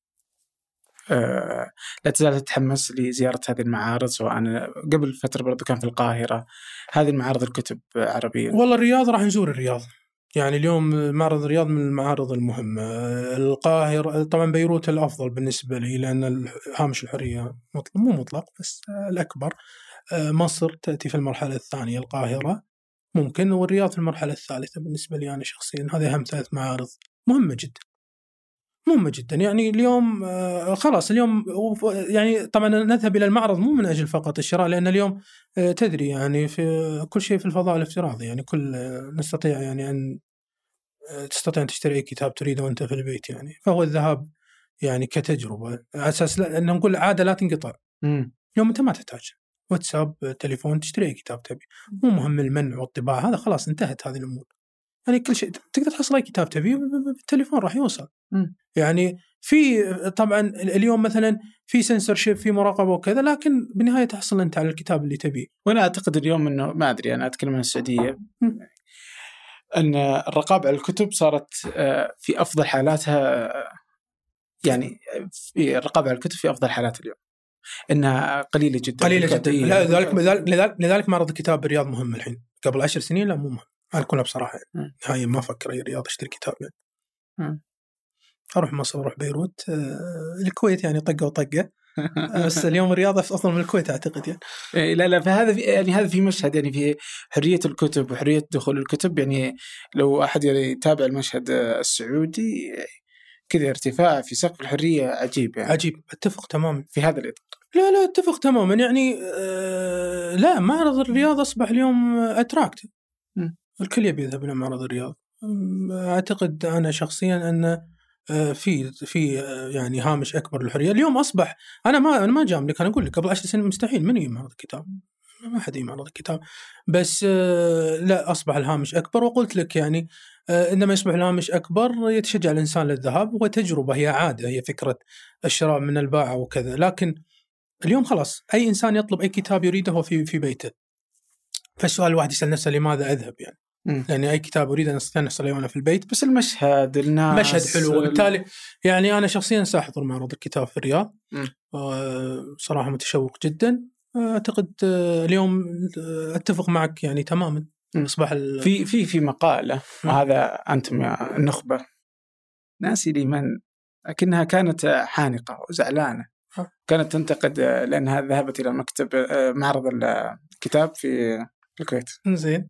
لا تزال تتحمس لزيارة هذه المعارض، سواء قبل فترة برضو كان في القاهرة هذه المعارض الكتب عربية. والله الرياض راح نزور الرياض، يعني اليوم معرض الرياض من المعارض المهمة. القاهرة طبعا بيروت الأفضل بالنسبة لي، لأن هامش الحرية مو مطلق بس الأكبر. مصر تأتي في المرحلة الثانية، القاهرة ممكن، والرياض في المرحلة الثالثة بالنسبة لي أنا شخصيا. هذه أهم 3 معارض مهمة جدا، مهمة جدا. يعني اليوم خلاص اليوم يعني طبعا نذهب إلى المعرض مو من أجل فقط الشراء، لأن اليوم تدري يعني في كل شيء في الفضاء الافتراضي، يعني كل نستطيع يعني أن تستطيع أن تشتري أي كتاب تريده وأنت في البيت يعني. فهو الذهاب يعني كتجربة على أساس أن نقول عادة لا تنقطع. اليوم أنت ما تحتاج واتساب، تليفون، تشتري أي كتاب تبي، مو مهم المنع والطباعة، هذا خلاص انتهت هذه الأمور. يعني كل شيء تقدر تحصل أي كتاب تبي بالتليفون راح يوصل. يعني في طبعا اليوم مثلا في سنسورشيب، في مراقبة وكذا، لكن بالنهاية تحصل أنت على الكتاب اللي تبيه. وأنا أعتقد اليوم أنه ما أدري، أنا أتكلم عن السعودية، أن الرقابة على الكتب صارت في أفضل حالاتها. يعني في الرقابة على الكتب في أفضل حالات اليوم، إنها قليلة جدا. لذلك معرض الكتاب بالرياض مهم الحين. قبل 10 سنين لا، مو مهم. أنا أقولها بصراحة، هاي ما أفكر أي رياض أشتري كتاب يعني. أروح مصر، أروح بيروت، الكويت يعني طقة وطقة. بس اليوم الرياضة أفضل من الكويت أعتقد يعني. لا فهذا يعني هذا في مشهد، يعني في حرية الكتب وحرية دخول الكتب. يعني لو أحد يتابع المشهد السعودي كذا ارتفاع في سقف الحرية عجيب يعني. عجيب، اتفق تماما في هذا الإطار. لا اتفق تماما يعني. لا، معرض الرياض أصبح اليوم أتراكت، الكل يبي يذهب إلى معرض الرياض. أعتقد أنا شخصيا أن في يعني هامش أكبر للحرية اليوم أصبح. أنا ما جاملك، أنا أقول لك قبل 10 سنين مستحيل من يجي معرض الكتاب، ما حد يجي معرض الكتاب. بس لا، أصبح الهامش أكبر. وقلت لك يعني عندما يصبح الهامش أكبر يتشجع الإنسان للذهاب، وتجربة، هي عادة، هي فكرة الشراء من الباعة وكذا. لكن اليوم خلاص أي إنسان يطلب أي كتاب يريده هو في بيته. فالسؤال الواحد يسأل نفسه لماذا أذهب يعني؟ لأن أي كتاب أريد أن أستطيع أن أحصله وأنا في البيت. بس المشهد، الناس، مشهد حلو. وبالتالي يعني أنا شخصيا سأحضر معرض الكتاب في الرياض. صراحة متشوق جدا. أعتقد اليوم أتفق معك يعني تماما. أصبح في مقالة، وهذا أنتم يا النخبة ناسي لي من، لكنها كانت حانقة وزعلانة. كانت تنتقد لأنها ذهبت إلى مكتب معرض الكتاب في الكويت. زين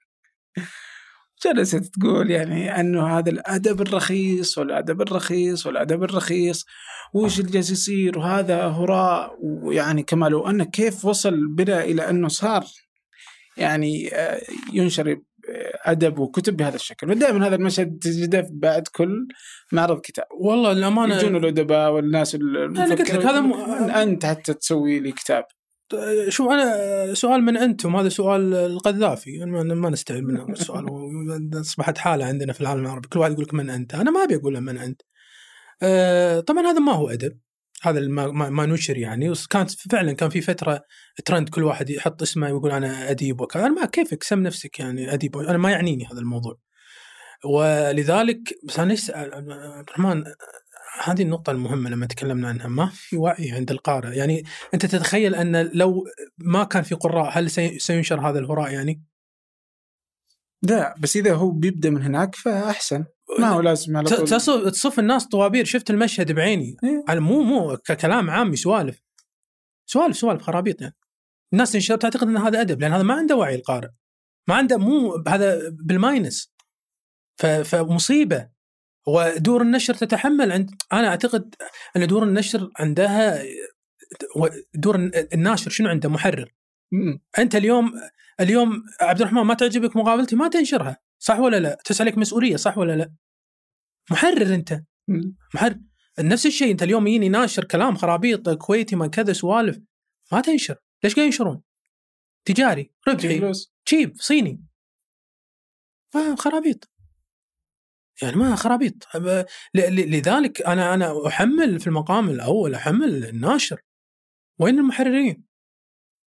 جلست تقول يعني أنه هذا الأدب الرخيص والأدب الرخيص وش اللي جالس يصير، وهذا هراء. ويعني كما لو أنه كيف وصل بنا إلى أنه صار يعني ينشر أدب وكتب بهذا الشكل. ودائما هذا المشهد تجده بعد كل معرض كتاب. والله الأمانة يجون الأدباء والناس أنا قلت لك هذا أنت حتى تسوي لي كتاب. شو أنا سؤال من أنتم، هذا سؤال القذافي، ما نستعد منه السؤال. أصبحت حالة عندنا في العالم العربي، كل واحد يقول لك من أنت. أنا ما أبي أقول من أنت. طبعا هذا ما هو أدب، هذا ما نشر يعني. كانت فعلا كان في فترة ترند كل واحد يحط اسمه ويقول أنا أديب وكذا. أنا ما، كيفك سم نفسك يعني أديب، أنا ما يعنيني هذا الموضوع. ولذلك بس أنا عبد الرحمن، هذه النقطة المهمة لما تكلمنا عنها، ما في وعي عند القارئ. يعني أنت تتخيل أن لو ما كان في قراء هل سينشر هذا الهراء يعني؟ لا، بس إذا هو بيبدأ من هناك فأحسن، ما هو لازم على طول تصف الناس طوابير. شفت المشهد بعيني. على مو ككلام عامي، سوالف خرابيط يعني. الناس تنشر تعتقد أن هذا أدب، لأن هذا ما عنده وعي القارئ، ما عنده، مو هذا بالماينس. فمصيبة. ودور النشر تتحمل أنا أعتقد أن دور النشر عندها، دور الناشر شنو عنده؟ محرر. أنت اليوم عبد الرحمن ما تعجبك مقابلتي ما تنشرها، صح ولا لا؟ تسألك مسؤولية، صح ولا لا؟ محرر أنت. محرر. نفس الشيء أنت اليوم يجيني ناشر كلام خرابيط كويتي ما كذا سوالف، ما تنشر. ليش قاعد ينشرون؟ تجاري، ربحي، تشيب، صيني، خرابيط يعني، ما خرابيط. لذلك أنا أحمل في المقام الأول، أحمل الناشر. وين المحررين؟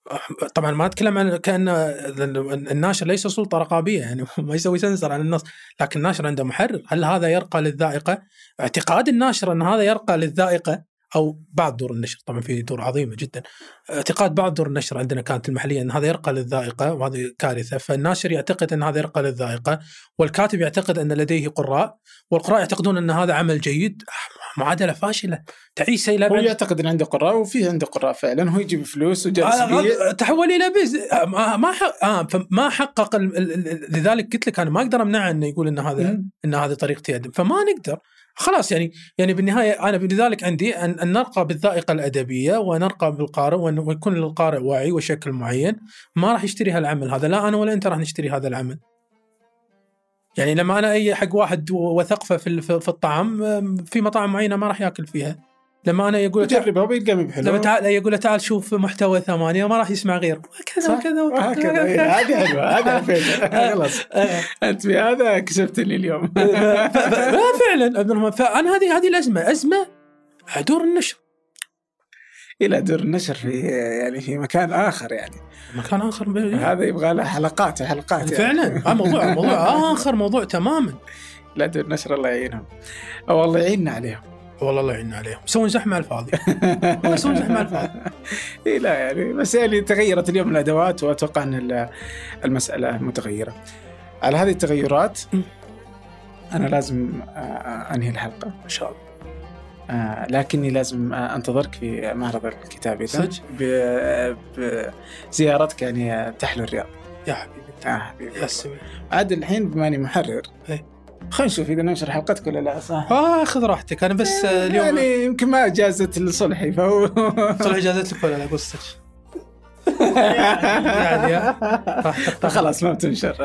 طبعا ما أتكلم عن كأن الناشر ليس سلطة رقابية يعني ما يسوي سنسر عن النص، لكن الناشر عنده محرر. هل هذا يرقى للذائقة؟ اعتقاد الناشر أن هذا يرقى للذائقة أو بعض دور النشر، طبعا في دور عظيمة جدا، اعتقاد بعض دور النشر عندنا كانت المحلية أن هذا يرقى للذائقة، وهذه كارثة. فالناشر يعتقد أن هذا يرقى للذائقة، والكاتب يعتقد أن لديه قراء، والقراء يعتقدون أن هذا عمل جيد. معادلة فاشلة تعيسة إلى هو يعتقد أن عنده قراء، وفيه عنده قراء فعلا، هو يجيب فلوس وجالس بيه، تحول إلى بيز. ما حقق لذلك قلت لك أنا ما أقدر أمنعه أنه يقول أن هذه طريقتي أدب، فما نقدر خلاص يعني بالنهاية أنا بذلك عندي أن نرقى بالذائقة الأدبية ونرقى بالقارئ، ويكون للقارئ وعي وشكل معين. ما راح يشتري هالعمل هذا، لا أنا ولا أنت راح نشتري هذا العمل. يعني لما أنا أي حق واحد وثقفه في الطعام، في مطاعم معينة ما راح يأكل فيها، لما أنا يقول جربها وبيلقى بحلو، لما تعال يقول تعال شوف محتوى 8 ما راح يسمع غير كذا وكذا. هذه حلوة، هذا خلاص أنت بهذا كسبتني اليوم. فعلا فأنا هذه الأزمة، أزمة دور النشر إلى دور النشر في مكان آخر، يعني مكان آخر هذا يبغى له حلقات يعني. فعلا موضوع آخر، موضوع تماما. لا دور النشر الله يعينهم، أو الله يعيننا عليهم، والله الله يعيننا عليهم. يسوون زحمة على الفاضي. يسوون زحمة على الفاضي. لا يعني بس يعني تغيرت اليوم الأدوات، وأتوقع أن المسألة متغيرة. على هذه التغيرات أنا لازم أنهي الحلقة إن شاء الله. لكني لازم أنتظرك في معرض الكتاب بزيارتك يعني تحلو الرياض. يا حبيبي يا سمي. عاد الحين بماني محرر، خلينا نشوف إذا ننشر حلقتك ولا لا. صح خذ راحتك. أنا بس اليوم يعني يمكن ما جازت لصلحي، فهو صلحي جازت لك ولا لا قصتك يعني خلاص ما بتنشر.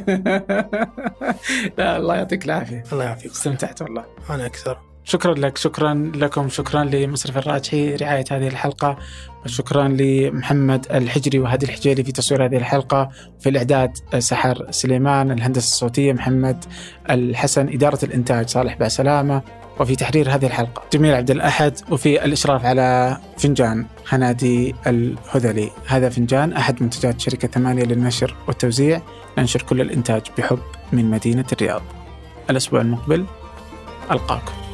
لا الله يعطيك العافية. الله يعافيك. استمتعت والله. أنا أكثر. شكرا لك، شكرا لكم، شكرا لمصرف الراجحي رعاية هذه الحلقة، وشكرا لمحمد الحجري وهادي الحجيلي في تصوير هذه الحلقة، وفي الإعداد سحر سليمان، الهندسة الصوتية محمد الحسن، إدارة الإنتاج صالح بعسلامة، وفي تحرير هذه الحلقة جميل عبد الأحد، وفي الإشراف على فنجان هنادي الهذلي. هذا فنجان أحد منتجات شركة 8 للنشر والتوزيع، ننشر كل الإنتاج بحب من مدينة الرياض. الأسبوع المقبل ألقاكم.